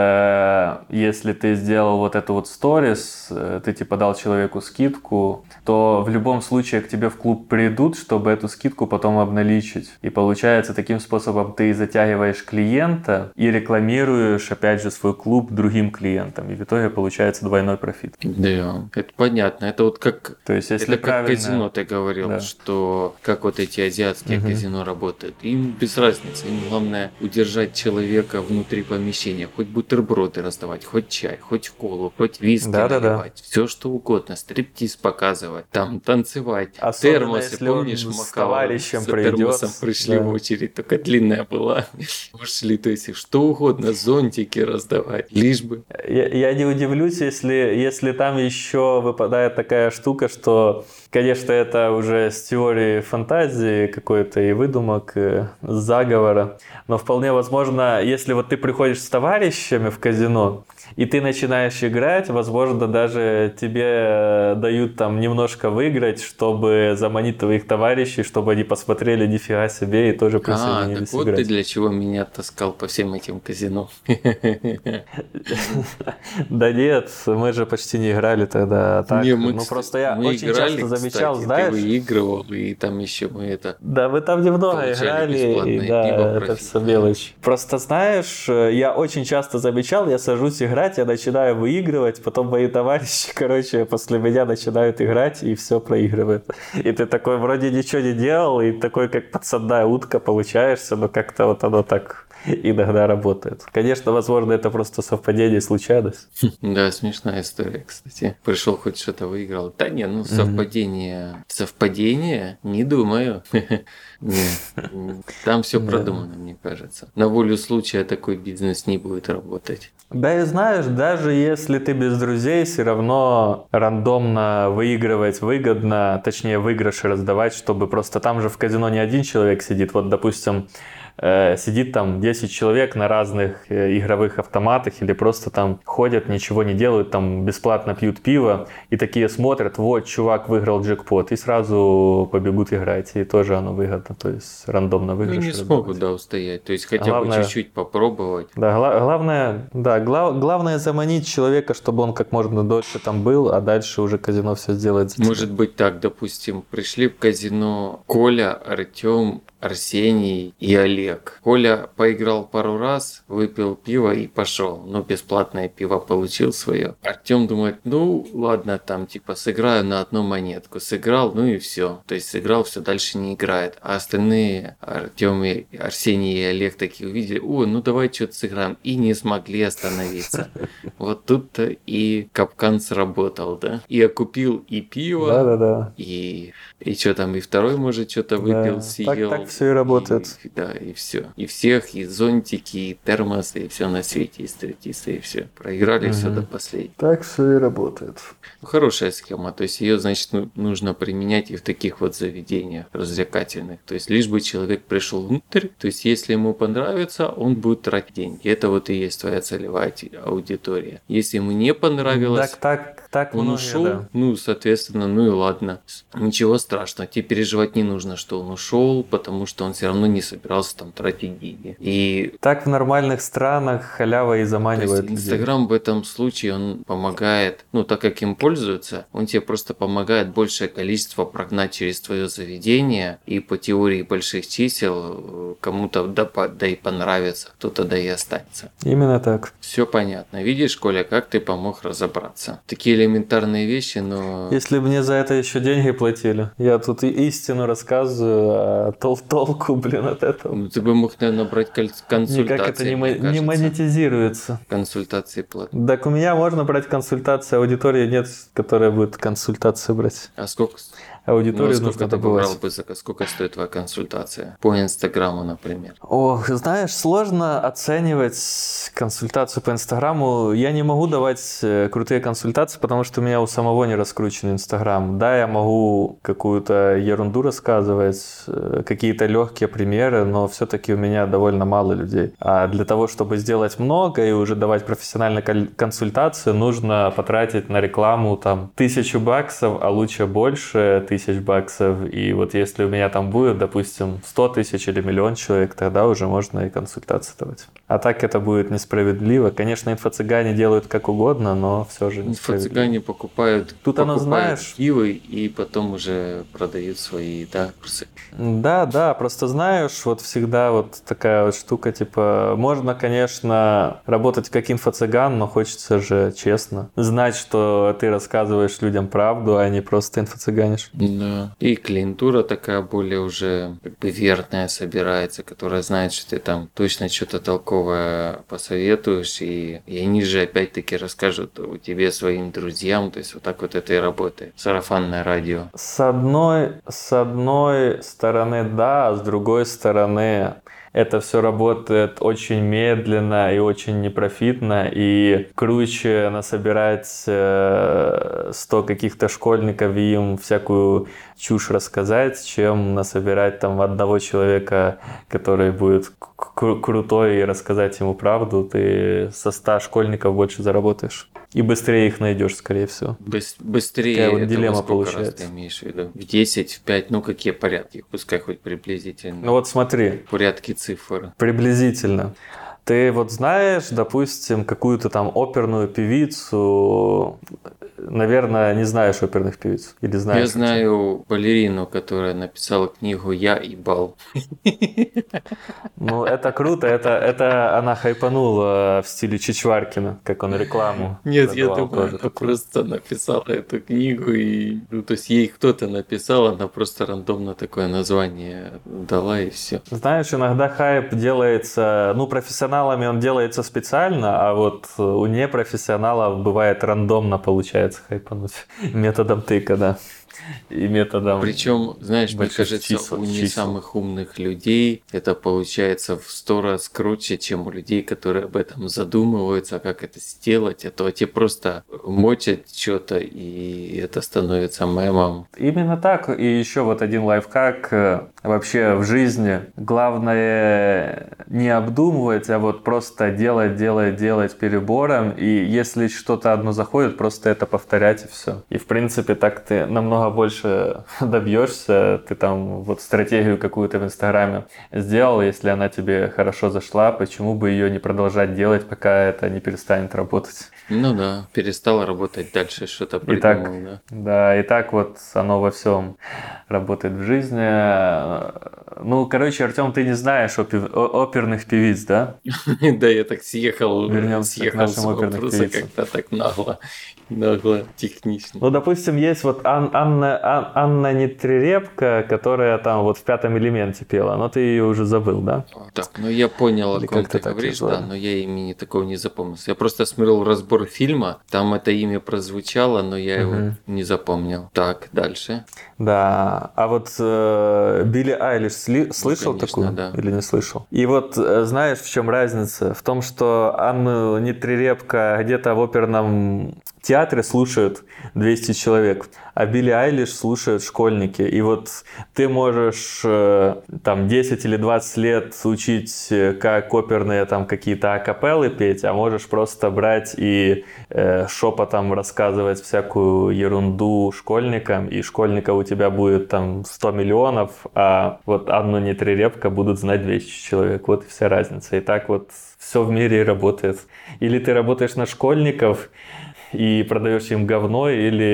если ты сделал вот эту вот сторис, ты типа дал человеку скидку, то в любом случае к тебе в клуб придут, чтобы эту скидку потом обналичить. И получается, таким способом ты затягиваешь клиента и рекламируешь, опять же, свой клуб другим клиентам. И в итоге получается двойной профит. Да, это понятно. Это вот как, то есть, если это как казино ты говорил, да. Что как вот эти азиатские казино работают. Им без разницы. Им главное удержать человека внутри помещения. Хоть бутерброды раздавать, хоть чай, хоть колу, хоть виски наливать. Все что угодно. Стриптиз показывать, там танцевать. Особенно, термосы, помнишь, с товарищем термосом пришли в очередь, только длинная была. Ушли, то есть что угодно, зонтики раздавать, лишь бы. Я не удивлюсь, если там еще выпадает такая штука, что, конечно, это уже с теории фантазии какой-то и выдумок, заговора, но вполне возможно, если вот ты приходишь с товарищами в казино, и ты начинаешь играть, возможно, даже тебе дают там немножко выиграть, чтобы заманить твоих товарищей, чтобы они посмотрели нифига себе и тоже присоединились так вот играть. Ты для чего меня таскал по всем этим казино. Да нет, мы же почти не играли тогда. Ну просто я очень часто замечал, знаешь... Ты выигрывал, и там еще мы это... Да, мы там немного играли, и да, это все мелочь. Просто знаешь, я очень часто замечал, я сажусь играть, я начинаю выигрывать, потом мои товарищи, короче, после меня начинают играть и все проигрывают. И ты такой вроде ничего не делал, и такой как подсадная утка получаешься, но как-то вот оно так иногда работает. Конечно, возможно, это просто совпадение, случайность. Да, смешная история, кстати. Пришел, хоть что-то выиграл. Да не, ну совпадение. Совпадение? Не думаю. Нет, там все продумано, мне кажется. На волю случая такой бизнес не будет работать. Да и знаешь, даже если ты без друзей, все равно рандомно выигрывать выгодно, точнее выигрыши раздавать, чтобы просто там же в казино не один человек сидит. Вот, допустим, сидит там 10 человек на разных игровых автоматах или просто там ходят, ничего не делают, там бесплатно пьют пиво и такие смотрят, вот, чувак выиграл джекпот, и сразу побегут играть, и тоже оно выгодно, то есть рандомно выигрыш. Ну, не смогут, да, устоять, то есть хотя бы чуть-чуть попробовать. Да, главное заманить человека, чтобы он как можно дольше там был, а дальше уже казино все сделает за тебя. Может быть так, допустим, пришли в казино Коля, Артём, Арсений и Олег. Коля поиграл пару раз, выпил пиво и пошел. Ну, бесплатное пиво получил свое. Артем думает, ну, ладно, там, типа, сыграю на одну монетку. Сыграл, ну и все. То есть, сыграл, все, дальше не играет. А остальные, Артем, и Арсений и Олег, такие увидели, о, ну, давай что-то сыграем. И не смогли остановиться. Вот тут-то и капкан сработал, да? И окупил и пиво, и что там, и второй, может, что-то выпил, съел. Так все и работает. Да, и все. И всех, и зонтики, и термосы, и все на свете, и стриптизы, и все. Проиграли все до последнего. Так все и работает. Хорошая схема. То есть ее, значит, нужно применять и в таких вот заведениях развлекательных. То есть лишь бы человек пришел внутрь, то есть если ему понравится, он будет тратить деньги. Это вот и есть твоя целевая аудитория. Если ему не понравилось... Так Он многие, ушел, да. ну, соответственно, ну и ладно. Ничего страшного, тебе переживать не нужно, что он ушел, потому что он все равно не собирался там тратить деньги. И Так в нормальных странах халява и то есть заманивает людей. Инстаграм в этом случае он помогает, ну так как им пользуются, он тебе просто помогает большее количество прогнать через твое заведение, и по теории больших чисел кому-то да и понравится, кто-то да и останется. Именно так. Все понятно. Видишь, Коля, как ты помог разобраться? Такие элементарные вещи, но... Если бы мне за это еще деньги платили, я тут и истину рассказываю, а толку, блин, от этого. Ну, ты бы мог, наверное, брать консультации, Никак это не мне кажется. монетизируется. Консультации платные. Так у меня можно брать консультации, аудитории нет, которая будет консультации брать. А сколько... Аудиторию сколько нужно ты бы брал добывать. бы сколько стоит твоя консультация? По Инстаграму, например. Ох, знаешь, сложно оценивать консультацию по Инстаграму. Я не могу давать крутые консультации, потому что у меня у самого не раскручен Инстаграм. Да, я могу какую-то ерунду рассказывать, какие-то легкие примеры, но все-таки у меня довольно мало людей. А для того, чтобы сделать много и уже давать профессиональную консультацию, нужно потратить на рекламу там $1000, а лучше больше $1000. И вот если у меня там будет, допустим, 100 000 или 1 000 000 человек, тогда уже можно и консультации давать. А так это будет несправедливо. Конечно, инфо-цыгане делают как угодно, но все же несправедливо. Инфо-цыгане покупают знаешь. кивы и потом уже продают свои курсы. Да, просто знаешь, вот всегда вот такая вот штука, типа, можно, конечно, работать как инфо-цыган, но хочется же честно знать, что ты рассказываешь людям правду, а не просто инфо-цыганишь. Да. И клиентура такая более уже как бы верная собирается, которая знает, что ты там точно что-то толковое посоветуешь, и они же опять-таки расскажут о тебе своим друзьям, то есть вот так вот это и работает. Сарафанное радио. С одной стороны, да, а с другой стороны, это все работает очень медленно и очень непрофитно, и круче насобирать 100 каких-то школьников и им всякую чушь рассказать, чем насобирать там одного человека, который будет крутой, и рассказать ему правду. Ты со 100 школьников больше заработаешь. И быстрее их найдешь, скорее всего. Быстрее. Такая вот это дилемма во сколько получается. раз ты имеешь в виду? В 10, в 5, ну какие порядки? Пускай хоть приблизительно. Ну вот смотри. Порядки цифр. Приблизительно. Ты вот знаешь, допустим, какую-то там оперную певицу, наверное, не знаешь оперных певиц? Или знаешь? Я знаю балерину, которая написала книгу «Я и бал». Ну, это круто, это она хайпанула в стиле Чичваркина, как он рекламу. Нет, я продавал думаю, тоже она такую. просто написала эту книгу, и, ну, то есть ей кто-то написал, она просто рандомно такое название дала, и все. Знаешь, иногда хайп делается, ну, профессионалами он делается специально, а вот у непрофессионалов бывает рандомно получается хайпануть методом тыка, да. И методом... Причем, знаешь, мне больших кажется, чисел. у не самых умных людей это получается в 100 раз круче, чем у людей, которые об этом задумываются, как это сделать, а то те просто мочат что-то, и это становится мемом. Именно так. И еще вот один лайфхак вообще в жизни. Главное не обдумывать, а вот просто делать перебором. И если что-то одно заходит, просто это повторять и все. И в принципе так ты намного больше добьешься. Ты там вот стратегию какую-то в Инстаграме сделал, если она тебе хорошо зашла, почему бы ее не продолжать делать, пока это не перестанет работать. Ну да, перестал работать дальше, что-то придумал, Итак, да. да, и так вот оно во всем работает в жизни. Ну, короче, Артем, ты не знаешь оперных певиц, да? Да, я так съехал Вернемся к нашим с оперным вопроса певицам. как-то так нагло, технично. Ну, допустим, есть вот Анна Нетререпко, которая там вот в «Пятом элементе» пела, но ты ее уже забыл, да? Так, ну я понял, о Или ком как-то ты так говоришь, назвали. да, но я имени такого не запомнил. Я просто смотрел разбор фильма, там это имя прозвучало, но я его не запомнил. Так, дальше. Да, а вот Билли Айлиш слышал конечно, такую да. или не слышал? И вот знаешь, в чем разница? В том, что Анну Нетререпко где-то в оперном театре слушают 200 человек, а Билли Айлиш слушают школьники. И вот ты можешь там 10 или 20 лет учить, как оперные там какие-то акапеллы петь, а можешь просто брать и шепотом рассказывать всякую ерунду школьникам, и школьников у тебя будет там 100 миллионов, а вот Анну Нетререпко будут знать 200 человек. Вот и вся разница. И так вот все в мире работает. Или ты работаешь на школьников и продаешь им говно,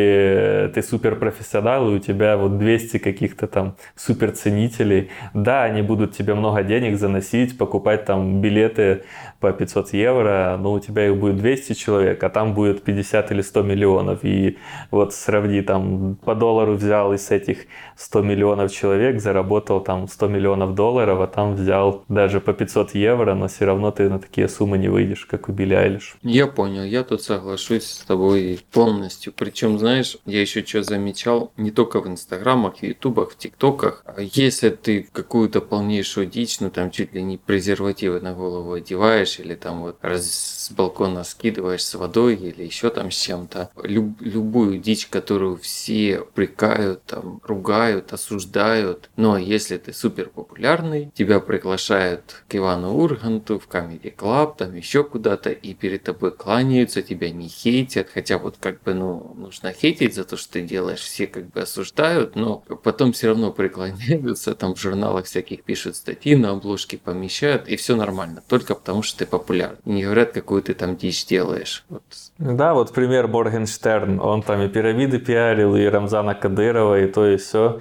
или ты суперпрофессионал, и у тебя вот 200 каких-то там суперценителей. Да, они будут тебе много денег заносить, покупать там билеты по 500 евро, но у тебя их будет 200 человек, а там будет 50 или 100 миллионов. И вот сравни, там по доллару взял из этих 100 миллионов человек, заработал там 100 миллионов долларов, а там взял даже по 500 евро, но все равно ты на такие суммы не выйдешь, как у Билли Айлиш. Я понял, я тут соглашусь с тобой полностью. Причем, знаешь, я еще что замечал, не только в инстаграмах, в ютубах, в тиктоках. Если ты какую-то полнейшую дичь, ну там чуть ли не презервативы на голову одеваешь, или там вот с балкона скидываешь с водой, или еще там с чем-то. Любую дичь, которую все упрекают, там, ругают, осуждают. Но если ты супер популярный, тебя приглашают к Ивану Урганту в Comedy Club, там еще куда-то, и перед тобой кланяются, тебя не хейтят. Хотя вот как бы, ну, нужно хейтить за то, что ты делаешь, все как бы осуждают, но потом все равно преклоняются, там в журналах всяких пишут статьи, на обложке помещают, и все нормально, только потому что ты популярный. И не говорят, какую ты там дичь делаешь. Вот. Да, вот пример Моргенштерн, он там и пирамиды пиарил, и Рамзана Кадырова, и то, и все.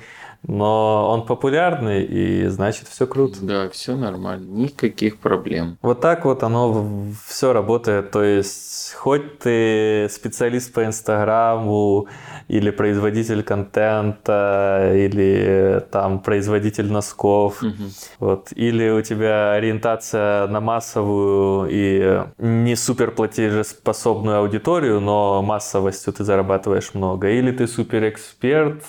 Но он популярный, и значит все круто. Да, все нормально, никаких проблем. Вот так вот оно все работает. То есть, хоть ты специалист по Инстаграму, или производитель контента, или там производитель носков, вот, или у тебя ориентация на массовую и не супер платежеспособную аудиторию, но массовостью ты зарабатываешь много, или ты суперэксперт,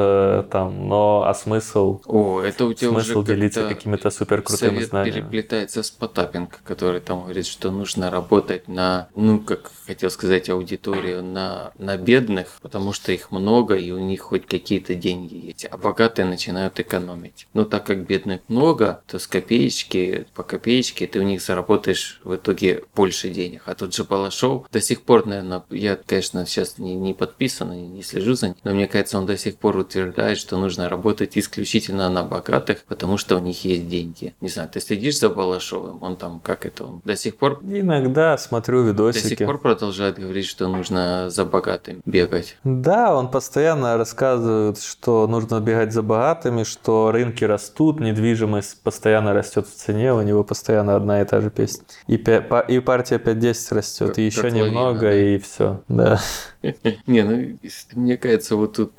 там, но а смысл? Это у тебя смысл уже делиться какими-то супер крутыми совет знаниями. Переплетается с Потапенко, который там говорит, что нужно работать на, ну, как хотел сказать, аудиторию на бедных, потому что их много и у них хоть какие-то деньги есть, а богатые начинают экономить. Но так как бедных много, то с копеечки по копеечке ты у них заработаешь в итоге больше денег. А тот же Балашов до сих пор, наверное, я, конечно, сейчас не подписан и не слежу за ним, но мне кажется, он до сих пор утверждает, что нужно работать исключительно на богатых, потому что у них есть деньги. Не знаю, ты следишь за Балашовым? Он там, он до сих пор... Иногда смотрю видосики. До сих пор продолжает говорить, что нужно за богатым бегать. Да, он постоянно рассказывает, что нужно бегать за богатыми, что рынки растут, недвижимость постоянно растет в цене, у него постоянно одна и та же песня. И партия 5-10 растет, и еще немного, и все. Да. Не, ну, мне кажется, вот тут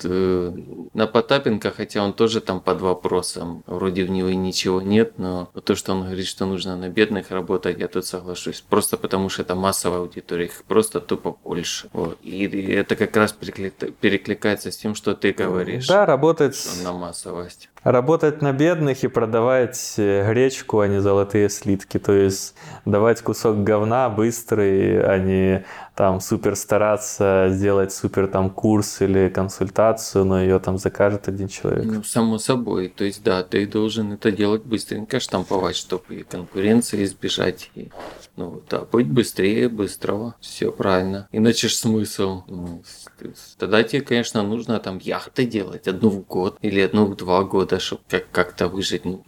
на Потапенко, хотя он тоже там под вопросом, вроде в него и ничего нет, но то, что он говорит, что нужно на бедных работать, я тут соглашусь. Просто потому, что это массовая аудитория, их просто тупо больше. Вот. И это как раз перекликается с тем, что ты говоришь. Да, работать на массовость. Работать на бедных и продавать гречку, а не золотые слитки. То есть давать кусок говна быстрый, а не там супер стараться сделать супер там курс или консультацию, но ее там закажет один человек. Ну, само собой. То есть, да, ты должен это делать быстренько, штамповать, чтобы и конкуренции избежать. И, ну, да, быть быстрее, быстрого. Все правильно. Иначе ж смысл. Ну, тогда тебе, конечно, нужно там яхты делать. Одну в год или одну в 2 года, чтобы как-то выжить. Ну,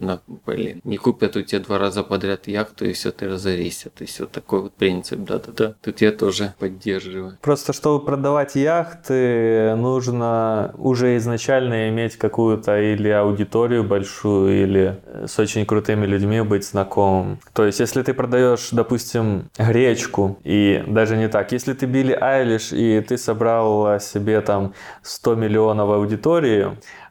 не купят у тебя 2 раза подряд яхту, и все, ты разоришься. То есть, вот такой вот принцип. Да-да-да. Тут я тоже поддерживаю. Просто, чтобы продавать яхты, нужно уже изначально иметь какую-то или аудиторию большую, или с очень крутыми людьми быть знакомым. То есть, если ты продаешь, допустим, гречку, и даже не так, если ты Билли Айлиш, и ты собрал себе там 100 миллионов аудитории,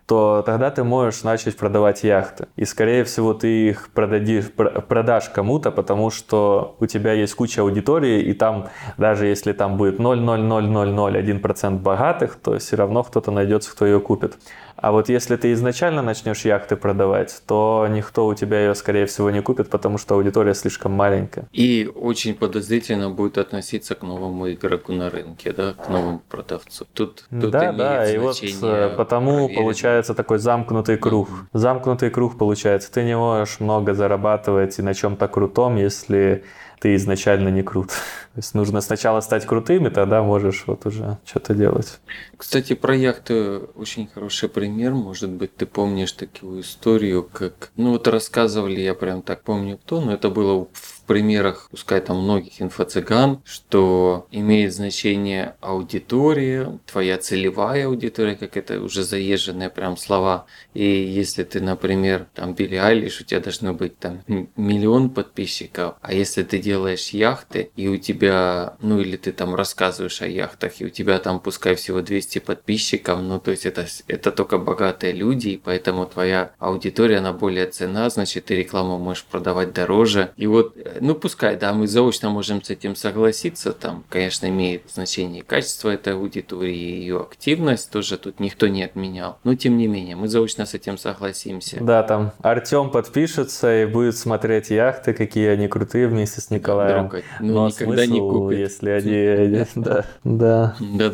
то тогда ты можешь начать продавать яхты. И, скорее всего, ты их продашь кому-то, потому что у тебя есть куча аудитории, и там, даже если там будет 0,00001% богатых, то все равно кто-то найдется, кто ее купит. А вот если ты изначально начнешь яхты продавать, то никто у тебя ее, скорее всего, не купит, потому что аудитория слишком маленькая. И очень подозрительно будет относиться к новому игроку на рынке, да, к новому продавцу. Тут Да, да, и вот потому получается такой замкнутый круг. Замкнутый круг получается. Ты не можешь много зарабатывать и на чем-то крутом, если ты изначально не крут. То есть нужно сначала стать крутым, и тогда можешь вот уже что-то делать. Кстати, про яхты очень хороший пример. Может быть, ты помнишь такую историю, как... Ну вот рассказывали, я прям так помню кто, но это было в примерах, пускай там многих инфо-цыган, что имеет значение аудитория, твоя целевая аудитория, как это уже заезженные прям слова. И если ты, например, там Билли Айлиш, у тебя должно быть там 1 миллион подписчиков, а если ты делаешь яхты, и у тебя, ну или ты там рассказываешь о яхтах, и у тебя там пускай всего 200 подписчиков, ну то есть это только богатые люди, и поэтому твоя аудитория, она более ценна, значит ты рекламу можешь продавать дороже. И вот, ну пускай, да, мы заочно можем с этим согласиться, там, конечно, имеет значение качество этой аудитории, ее активность, тоже тут никто не отменял, но тем не менее, мы заочно с этим согласимся. Да, там Артем подпишется и будет смотреть яхты, какие они крутые вместе с Николаем. Но никогда смысл, не купит. Если они... Да.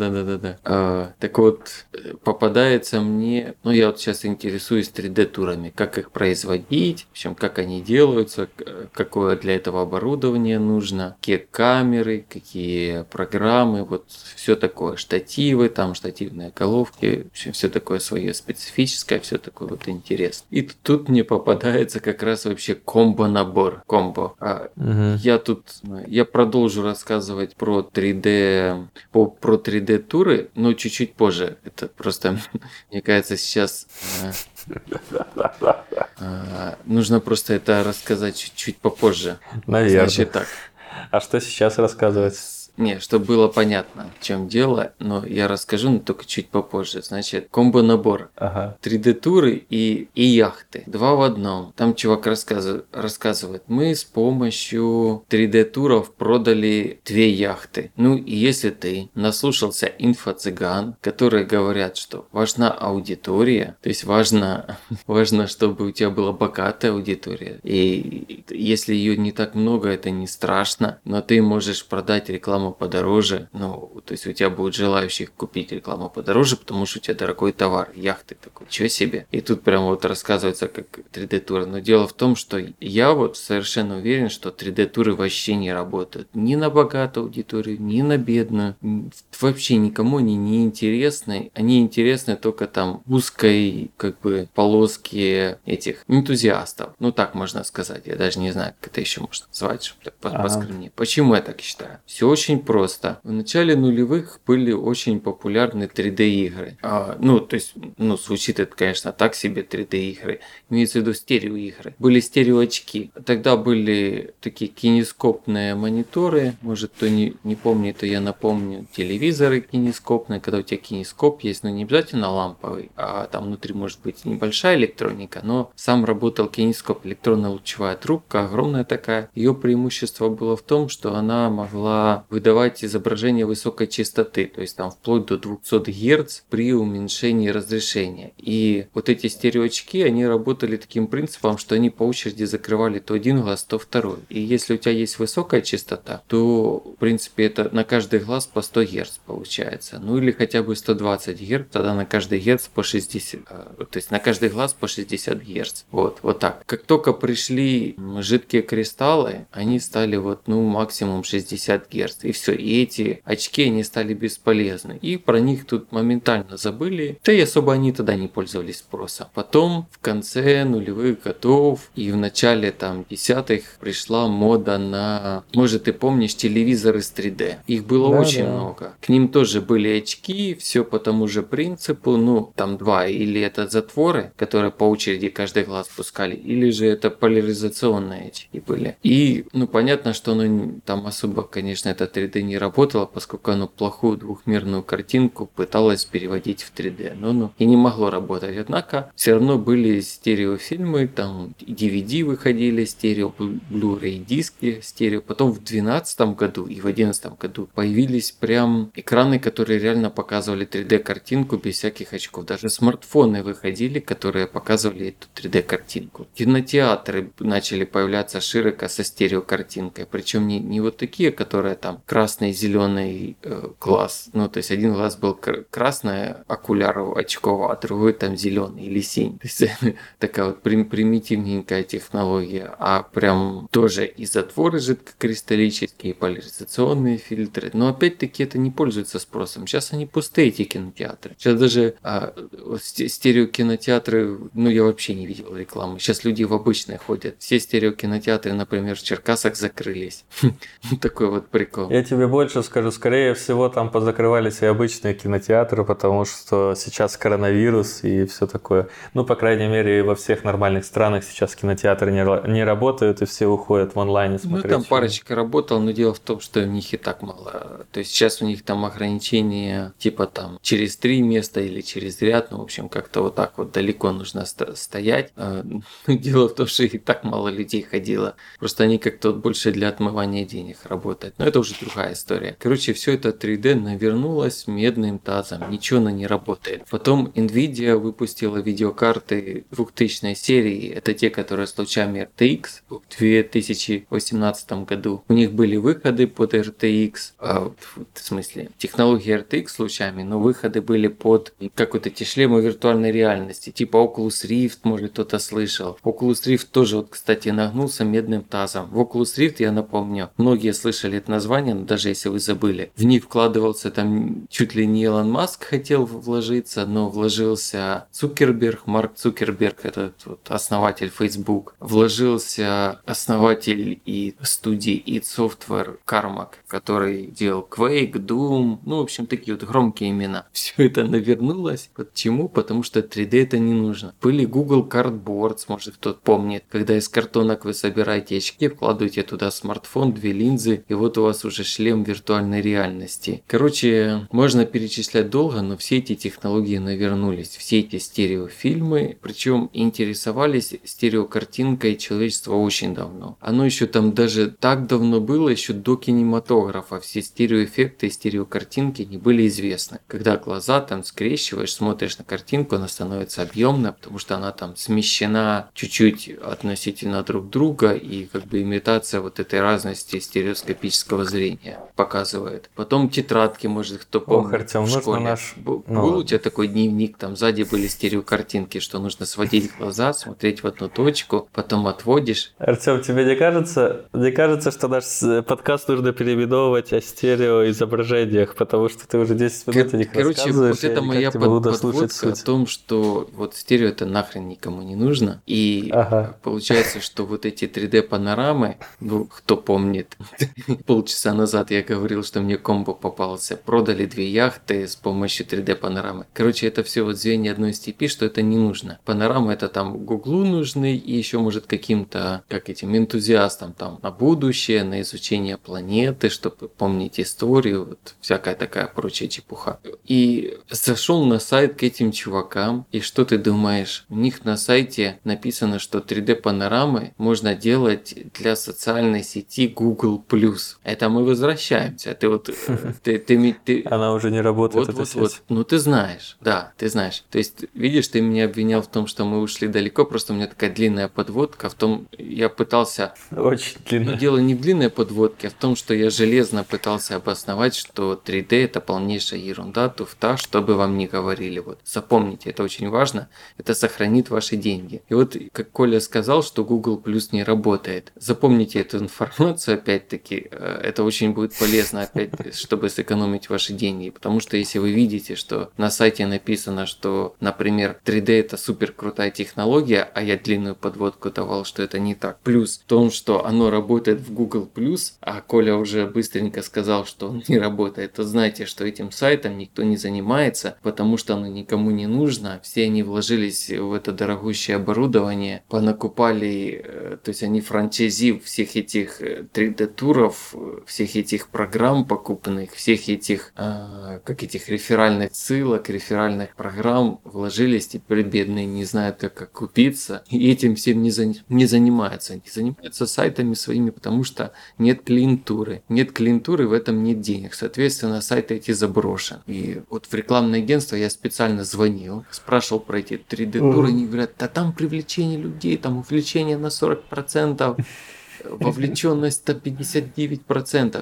Так вот, попадается мне... Ну, я вот сейчас интересуюсь 3D-турами, как их производить, в общем, как они делаются, какое для этого оборудование нужно, какие камеры, какие программы, вот все такое, штативы, там штативные головки, в общем, все такое свое специфическое, все такое вот интересное. И тут мне попадается как раз вообще комбо-набор, комбо. Я продолжу рассказывать про 3D, про 3D-туры, но чуть-чуть позже. Это просто, мне кажется, сейчас нужно просто это рассказать чуть-чуть попозже. Наверное. Значит так. А что сейчас рассказывать? Не, чтобы было понятно, в чем дело, но я расскажу, но только чуть попозже. Значит, комбо-набор. 3D-туры и яхты. 2 в одном. Там чувак рассказывает. Мы с помощью 3D-туров продали 2 яхты. Ну, и если ты наслушался инфо-цыган, которые говорят, что важна аудитория, то есть важно, чтобы у тебя была богатая аудитория. И если ее не так много, это не страшно, но ты можешь продать рекламу подороже, ну, то есть у тебя будет желающих купить рекламу подороже, потому что у тебя дорогой товар, яхты такой, чего себе. И тут прям вот рассказывается как 3D-туры. Но дело в том, что я вот совершенно уверен, что 3D-туры вообще не работают ни на богатую аудиторию, ни на бедную. Вообще никому они не интересны. Они интересны только там узкой, как бы, полоске этих энтузиастов. Ну, так можно сказать. Я даже не знаю, как это еще можно назвать, чтобы так поскромнее. Почему я так считаю? Все очень просто. В начале нулевых были очень популярны 3D-игры. Звучит это, конечно, так себе 3D-игры. Имеется в виду стереоигры. Были стереоочки. Тогда были такие кинескопные мониторы. Может, кто не помнит, то я напомню. Телевизоры кинескопные. Когда у тебя кинескоп есть, но не обязательно ламповый, а там внутри может быть небольшая электроника, но сам работал кинескоп. Электронная лучевая трубка, огромная такая. Ее преимущество было в том, что она могла выдавать изображение высокой частоты, то есть там вплоть до 200 Гц при уменьшении разрешения. И вот эти стереоочки, они работали таким принципом, что они по очереди закрывали то один глаз, то второй. И если у тебя есть высокая частота, то в принципе это на каждый глаз по 100 Гц получается. Ну или хотя бы 120 Гц, тогда на каждый Гц по 60, то есть на каждый глаз по 60 Гц. Вот так. Как только пришли жидкие кристаллы, они стали максимум 60 Гц. И все. И эти очки, они стали бесполезны. И про них тут моментально забыли. Да и особо они тогда не пользовались спросом. Потом в конце нулевых годов и в начале там десятых пришла мода на, может ты помнишь, телевизоры с 3D. Их было очень много. К ним тоже были очки, все по тому же принципу. Ну, там 2. Или это затворы, которые по очереди каждый глаз пускали, или же это поляризационные очки были. И, понятно, что там особо, конечно, это 3D 3D не работало, поскольку оно плохую двухмерную картинку пыталось переводить в 3D. Но и не могло работать. Однако все равно были стереофильмы, там и DVD выходили, стерео, Blu-ray диски, стерео. Потом в 2012 году и в 2011 году появились прям экраны, которые реально показывали 3D картинку без всяких очков. Даже смартфоны выходили, которые показывали эту 3D картинку. Кинотеатры начали появляться широко со стереокартинкой. Причем не вот такие, которые там красный, зеленый глаз. Ну, то есть один глаз был красный, окуляр очков, а другой там зеленый или синий. То есть такая вот примитивненькая технология. А прям тоже и затворы жидкокристаллические, и поляризационные фильтры. Но опять-таки это не пользуется спросом. Сейчас они пустые, эти кинотеатры. Сейчас даже стереокинотеатры, ну я вообще не видел рекламы. Сейчас люди в обычные ходят. Все стереокинотеатры, например, в Черкасах закрылись. Такой вот прикол. Я тебе больше скажу, скорее всего там позакрывались и обычные кинотеатры, потому что сейчас коронавирус и все такое. Ну, по крайней мере, во всех нормальных странах сейчас кинотеатры не работают и все уходят в онлайне смотреть. Ну, там парочка работала, но дело в том, что у них и так мало. То есть сейчас у них там ограничения типа там через 3 места или через ряд, ну, в общем, как-то вот так вот далеко нужно стоять. Дело в том, что и так мало людей ходило. Просто они как-то вот больше для отмывания денег работают. Но это уже другая история. Короче, все это 3D навернулось медным тазом. Ничего оно не работает. Потом Nvidia выпустила видеокарты 2000 серии. Это те, которые с лучами RTX в 2018 году. У них были выходы под RTX, в смысле, технологии RTX с лучами, но выходы были под как вот эти шлемы виртуальной реальности, типа Oculus Rift, может кто-то слышал. Oculus Rift тоже, вот, кстати, нагнулся медным тазом. В Oculus Rift, я напомню, многие слышали это название, но даже если вы забыли, в них вкладывался там чуть ли не Илон Маск хотел вложиться, но вложился Цукерберг, Марк Цукерберг, этот вот основатель Facebook, вложился основатель и студии id Software Carmack, который делал Quake, Doom, ну, в общем, такие вот громкие имена. Все это навернулось. Почему? Потому что 3D это не нужно. Были Google Cardboards, может кто-то помнит, когда из картонок вы собираете очки, вкладываете туда смартфон, 2 линзы, и вот у вас уже шлем виртуальной реальности. Короче, можно перечислять долго, но все эти технологии навернулись. Все эти стереофильмы, причем интересовались стереокартинкой человечества очень давно. Оно еще там даже так давно было, еще до кинематографа. Все стереоэффекты и стереокартинки не были известны. Когда глаза там скрещиваешь, смотришь на картинку, она становится объемной, потому что она там смещена чуть-чуть относительно друг друга, и как бы имитация вот этой разности стереоскопического зрения показывает. Потом тетрадки, может кто помнит, Артём, в школе. Был у тебя такой дневник, там сзади были стереокартинки, что нужно сводить глаза, смотреть в одну точку, потом отводишь. Артём, тебе не кажется, что наш подкаст нужно переименовывать о стереоизображениях, потому что ты уже 10 минут о них рассказываешь. Вот это моя подводка о том, что вот стерео это нахрен никому не нужно. И получается, что вот эти 3D-панорамы, ну, кто помнит, полчаса назад я говорил, что мне комбо попался. Продали 2 яхты с помощью 3D-панорамы. Короче, это все вот звенья одной степи, что это не нужно. Панорамы это там Гуглу нужны и еще может каким-то, как этим, энтузиастам там на будущее, на изучение планеты, чтобы помнить историю, вот всякая такая прочая чепуха. И зашел на сайт к этим чувакам, и что ты думаешь? У них на сайте написано, что 3D-панорамы можно делать для социальной сети Google+. Это мы возвращаемся. Ты вот... Она уже не работает, эта сеть. Вот. Ну ты знаешь, да, ты знаешь. То есть, видишь, ты меня обвинял в том, что мы ушли далеко, просто у меня такая длинная подводка в том, я пытался... Очень длинная. Но дело не в длинной подводке, а в том, что я железно пытался обосновать, что 3D это полнейшая ерунда, туфта, что бы вам ни говорили. Вот. Запомните, это очень важно, это сохранит ваши деньги. И вот, как Коля сказал, что Google Plus не работает. Запомните эту информацию, опять-таки, это очень будет полезно, опять, чтобы сэкономить ваши деньги. Потому что если вы видите, что на сайте написано, что, например, 3D это супер крутая технология, а я длинную подводку давал, что это не так. Плюс в том, что оно работает в Google Plus, а Коля уже быстренько сказал, что он не работает, то знайте, что этим сайтом никто не занимается, потому что оно никому не нужно. Все они вложились в это дорогущее оборудование, понакупали, то есть они франчайзи всех этих 3D-туров, всех всех этих программ покупанных, всех этих, этих реферальных ссылок, реферальных программ вложились, теперь бедные не знают, как окупиться, и этим всем не занимаются. Они занимаются сайтами своими, потому что нет клиентуры. Нет клиентуры, в этом нет денег. Соответственно, сайты эти заброшены. И вот в рекламное агентство я специально звонил, спрашивал про эти 3D-туры, они говорят, да там привлечение людей, там увеличение на 40%. Вовлеченность 159%,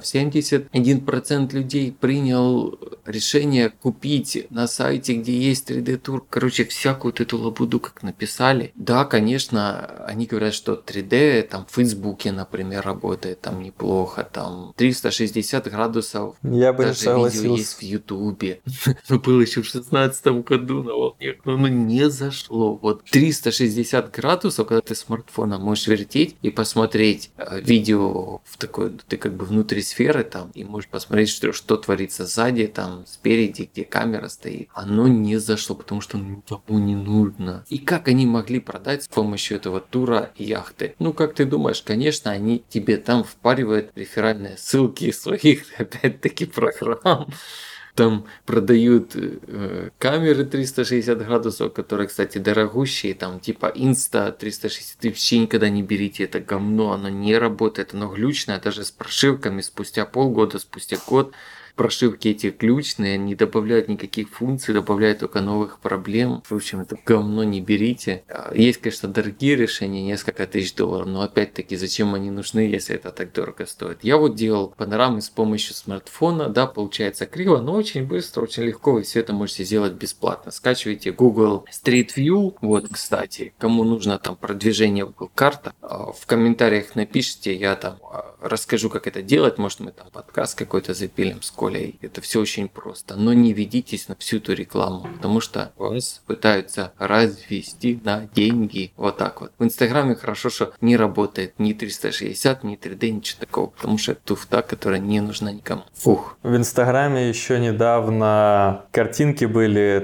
71% людей принял решение купить на сайте, где есть 3D-тур. Короче, всякую вот эту лабуду как написали. Да, конечно, они говорят, что 3D там в Фейсбуке, например, работает там неплохо, там 360 градусов. Я бы даже видео есть в Ютубе. Но было еще в 2016 году на волне, но не зашло. Вот 360 градусов, когда ты смартфоном можешь вертеть и посмотреть видео в такой, ты как бы внутри сферы там, и можешь посмотреть, что творится сзади, там, спереди, где камера стоит. Оно не зашло, потому что никому не нужно. И как они могли продать с помощью этого тура яхты? Ну, как ты думаешь, конечно, они тебе там впаривают реферальные ссылки своих, опять-таки, программ. Там продают камеры 360 градусов, которые, кстати, дорогущие, там типа Insta 360, вообще никогда не берите, это говно, оно не работает, оно глючное, даже с прошивками спустя полгода, спустя год. Прошивки эти ключные, не добавляют никаких функций, добавляют только новых проблем. В общем, это говно не берите. Есть, конечно, дорогие решения, несколько тысяч долларов, но опять-таки, зачем они нужны, если это так дорого стоит? Я вот делал панорамы с помощью смартфона, да, получается криво, но очень быстро, очень легко, вы все это можете сделать бесплатно. Скачивайте Google Street View, вот, кстати, кому нужно там продвижение Google карта, в комментариях напишите, я там расскажу, как это делать, может мы там подкаст какой-то запилим с Колей. Это все очень просто. Но не ведитесь на всю эту рекламу, потому что вас пытаются развести на деньги. Вот так вот. В Инстаграме хорошо, что не работает ни 360, ни 3D, ничего такого, потому что это туфта, которая не нужна никому. Фух. В Инстаграме еще недавно картинки были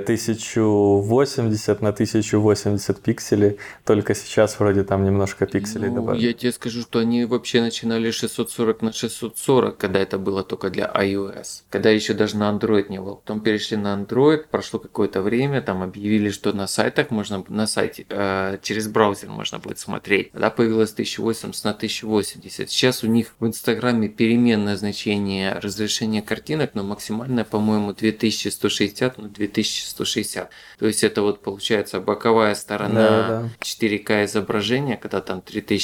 1080 на 1080 пикселей, только сейчас вроде там немножко пикселей добавили. Я тебе скажу, что они вообще начинали 640 на 640, когда это было только для iOS. Когда еще даже на Android не было. Потом перешли на Android, прошло какое-то время, там объявили, что на сайтах можно, на сайте через браузер можно будет смотреть. Тогда появилось 1080 на 1080. Сейчас у них в Инстаграме переменное значение разрешения картинок, но максимальное, по-моему, 2160 на 2160. То есть это вот получается боковая сторона 4К изображения, когда там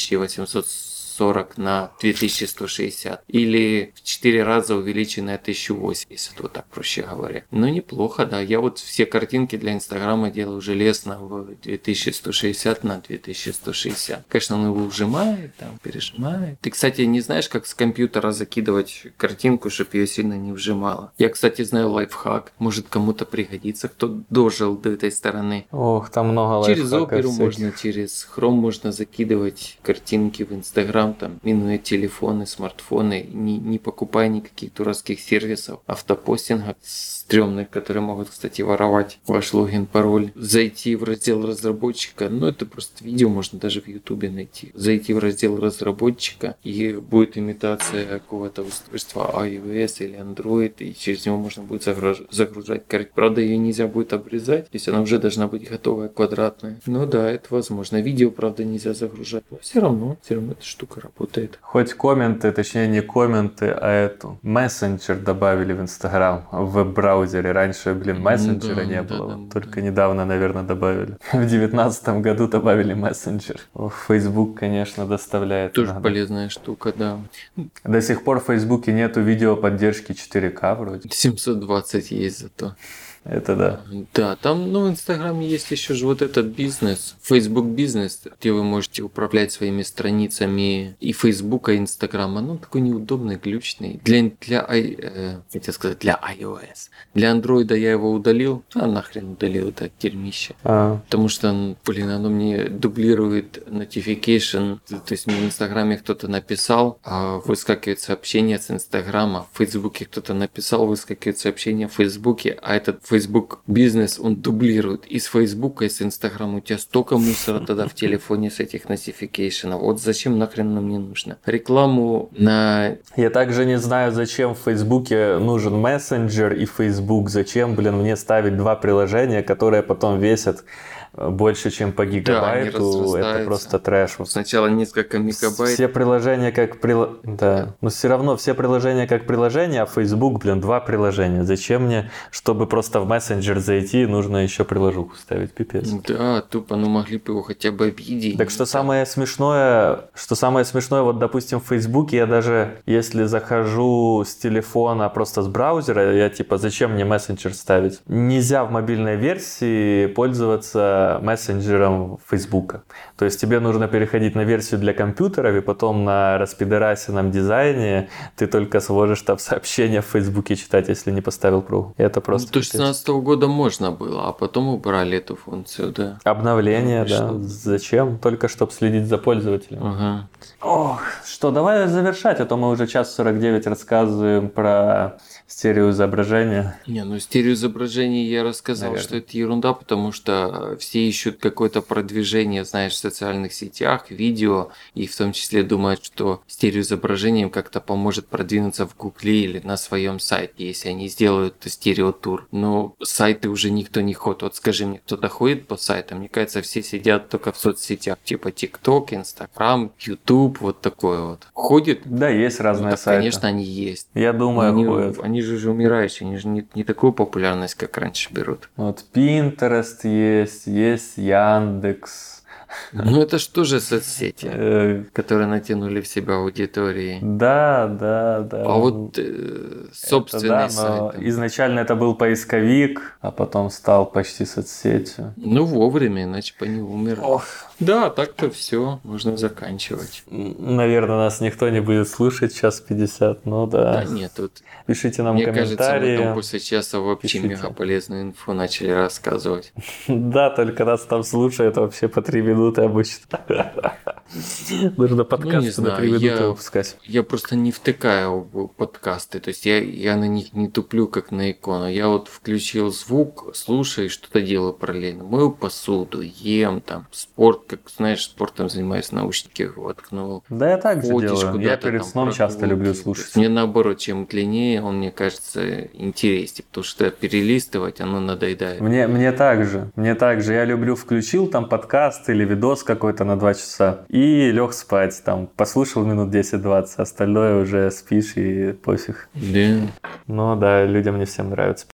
3840 на 2160 или в 4 раза увеличенное 1080, вот так проще говоря. Ну неплохо, да. Я вот все картинки для Инстаграма делаю железно в 2160 на 2160. Конечно, он его ужимает, там пережимает. Ты, кстати, не знаешь, как с компьютера закидывать картинку, чтобы ее сильно не вжимало? Я, кстати, знаю лайфхак. Может кому-то пригодится, кто дожил до этой стороны. Ох, там много лайфхаков. Через Оперу можно, через Chrome можно закидывать картинки в Инстаграм, там, минуя телефоны, смартфоны, не покупая никаких дурацких сервисов, автопостинга стрёмных, которые могут, кстати, воровать ваш логин, пароль. Зайти в раздел разработчика, ну это просто видео можно даже в Ютубе найти. Зайти в раздел разработчика, и будет имитация какого-то устройства iOS или Android, и через него можно будет загружать картинку. Правда, ее нельзя будет обрезать, то есть она уже должна быть готовая, квадратная. Ну да, это возможно. Видео, правда, нельзя загружать, но все равно эта штука работает. Хоть комменты, точнее не комменты, а эту мессенджер добавили в Инстаграм, в веб-браузере. Раньше, мессенджера не было. Только недавно, наверное, добавили. В 2019 году добавили мессенджер. Facebook, конечно, доставляет. Тоже иногда. полезная штука, да. До сих пор в Фейсбуке нету видеоподдержки 4К вроде. 720 есть зато. Это да. Да, там, в Инстаграме есть еще же вот этот бизнес, Facebook бизнес, где вы можете управлять своими страницами и Фейсбука, и Инстаграма. Ну, такой неудобный, глючный. Для iOS. Для Андроида я его удалил. Нахрен удалил это дерьмище. Потому что, оно мне дублирует notification. То есть мне в Инстаграме кто-то написал, выскакивает сообщение с Инстаграма. В Фейсбуке кто-то написал, выскакивает сообщение в Фейсбуке, а этот Facebook бизнес, он дублирует и с Facebook, и с Instagram. У тебя столько мусора тогда в телефоне с этих notification. Вот зачем нахрен нам не нужно? Рекламу на... Я также не знаю, зачем в Фейсбуке нужен мессенджер и Facebook. Зачем, мне ставить два приложения, которые потом весят больше, чем по гигабайту. Это просто трэш. Сначала несколько мегабайт. Все приложения как да. Но все равно все приложения как приложения, а Facebook, два приложения. Зачем мне, чтобы просто в мессенджер зайти, нужно еще приложуху ставить? Пипец. Да, тупо, могли бы его хотя бы видеть. Так что самое смешное, вот, допустим, в Фейсбуке я даже, если захожу с телефона, просто с браузера, я зачем мне мессенджер ставить? Нельзя в мобильной версии пользоваться мессенджером Фейсбука. То есть тебе нужно переходить на версию для компьютеров, и потом на распидорасенном дизайне ты только сможешь там сообщения в Фейсбуке читать, если не поставил пругу. Это просто... До 2016 года можно было, а потом убрали эту функцию, да. Обновление, да. Зачем? Только чтобы следить за пользователем. Ага. Ох, что, давай завершать, а то мы уже 1:49 рассказываем про стереоизображение. Стереоизображение я рассказал, Наверное. что это ерунда, потому что все ищут какое-то продвижение, знаешь, в социальных сетях, видео, и в том числе думают, что стереоизображением как-то поможет продвинуться в Гугле или на своем сайте, если они сделают стереотур. Но сайты уже никто не ходит. Вот скажи мне, кто-то ходит по сайтам? Мне кажется, все сидят только в соцсетях, типа TikTok, Instagram, YouTube, вот такое вот. Ходит? Да, есть разные сайты. Конечно, они есть. Я думаю, ходят. Они же уже умирающие, они же не такую популярность, как раньше берут. Вот Pinterest есть Яндекс. Это ж тоже соцсети, которые натянули в себя аудитории. Да. А вот собственный сайт. Изначально это был поисковик, а потом стал почти соцсетью. Вовремя, иначе бы они умерли. Да, так-то все, можно заканчивать. Наверное, нас никто не будет слушать 1:50, да. Да нет, тут... Пишите нам Мне комментарии. кажется, мы там после часа вообще Пишите. мегаполезную инфу начали рассказывать. Да, только нас там слушают вообще по 3 минуты обычно. Нужно подкасты на 3 минуты выпускать. Я просто не втыкаю в подкасты, то есть я на них не туплю, как на икону. Я вот включил звук, слушаю и что-то делаю параллельно. Мою посуду, ем там, спорт, как знаешь, спортом занимаюсь, наушники воткнул. Да, я так же Ходишь делаю. Я куда-то перед там, сном часто прогулки. люблю слушать. Мне наоборот, чем длиннее, он, мне кажется, интереснее, потому что перелистывать оно надоедает. Мне так же. Я люблю, включил там подкаст или видос какой-то на 2 часа и лег спать. Там послушал минут 10-20, остальное уже спишь и пофиг. Да. Ну да, людям не всем нравится.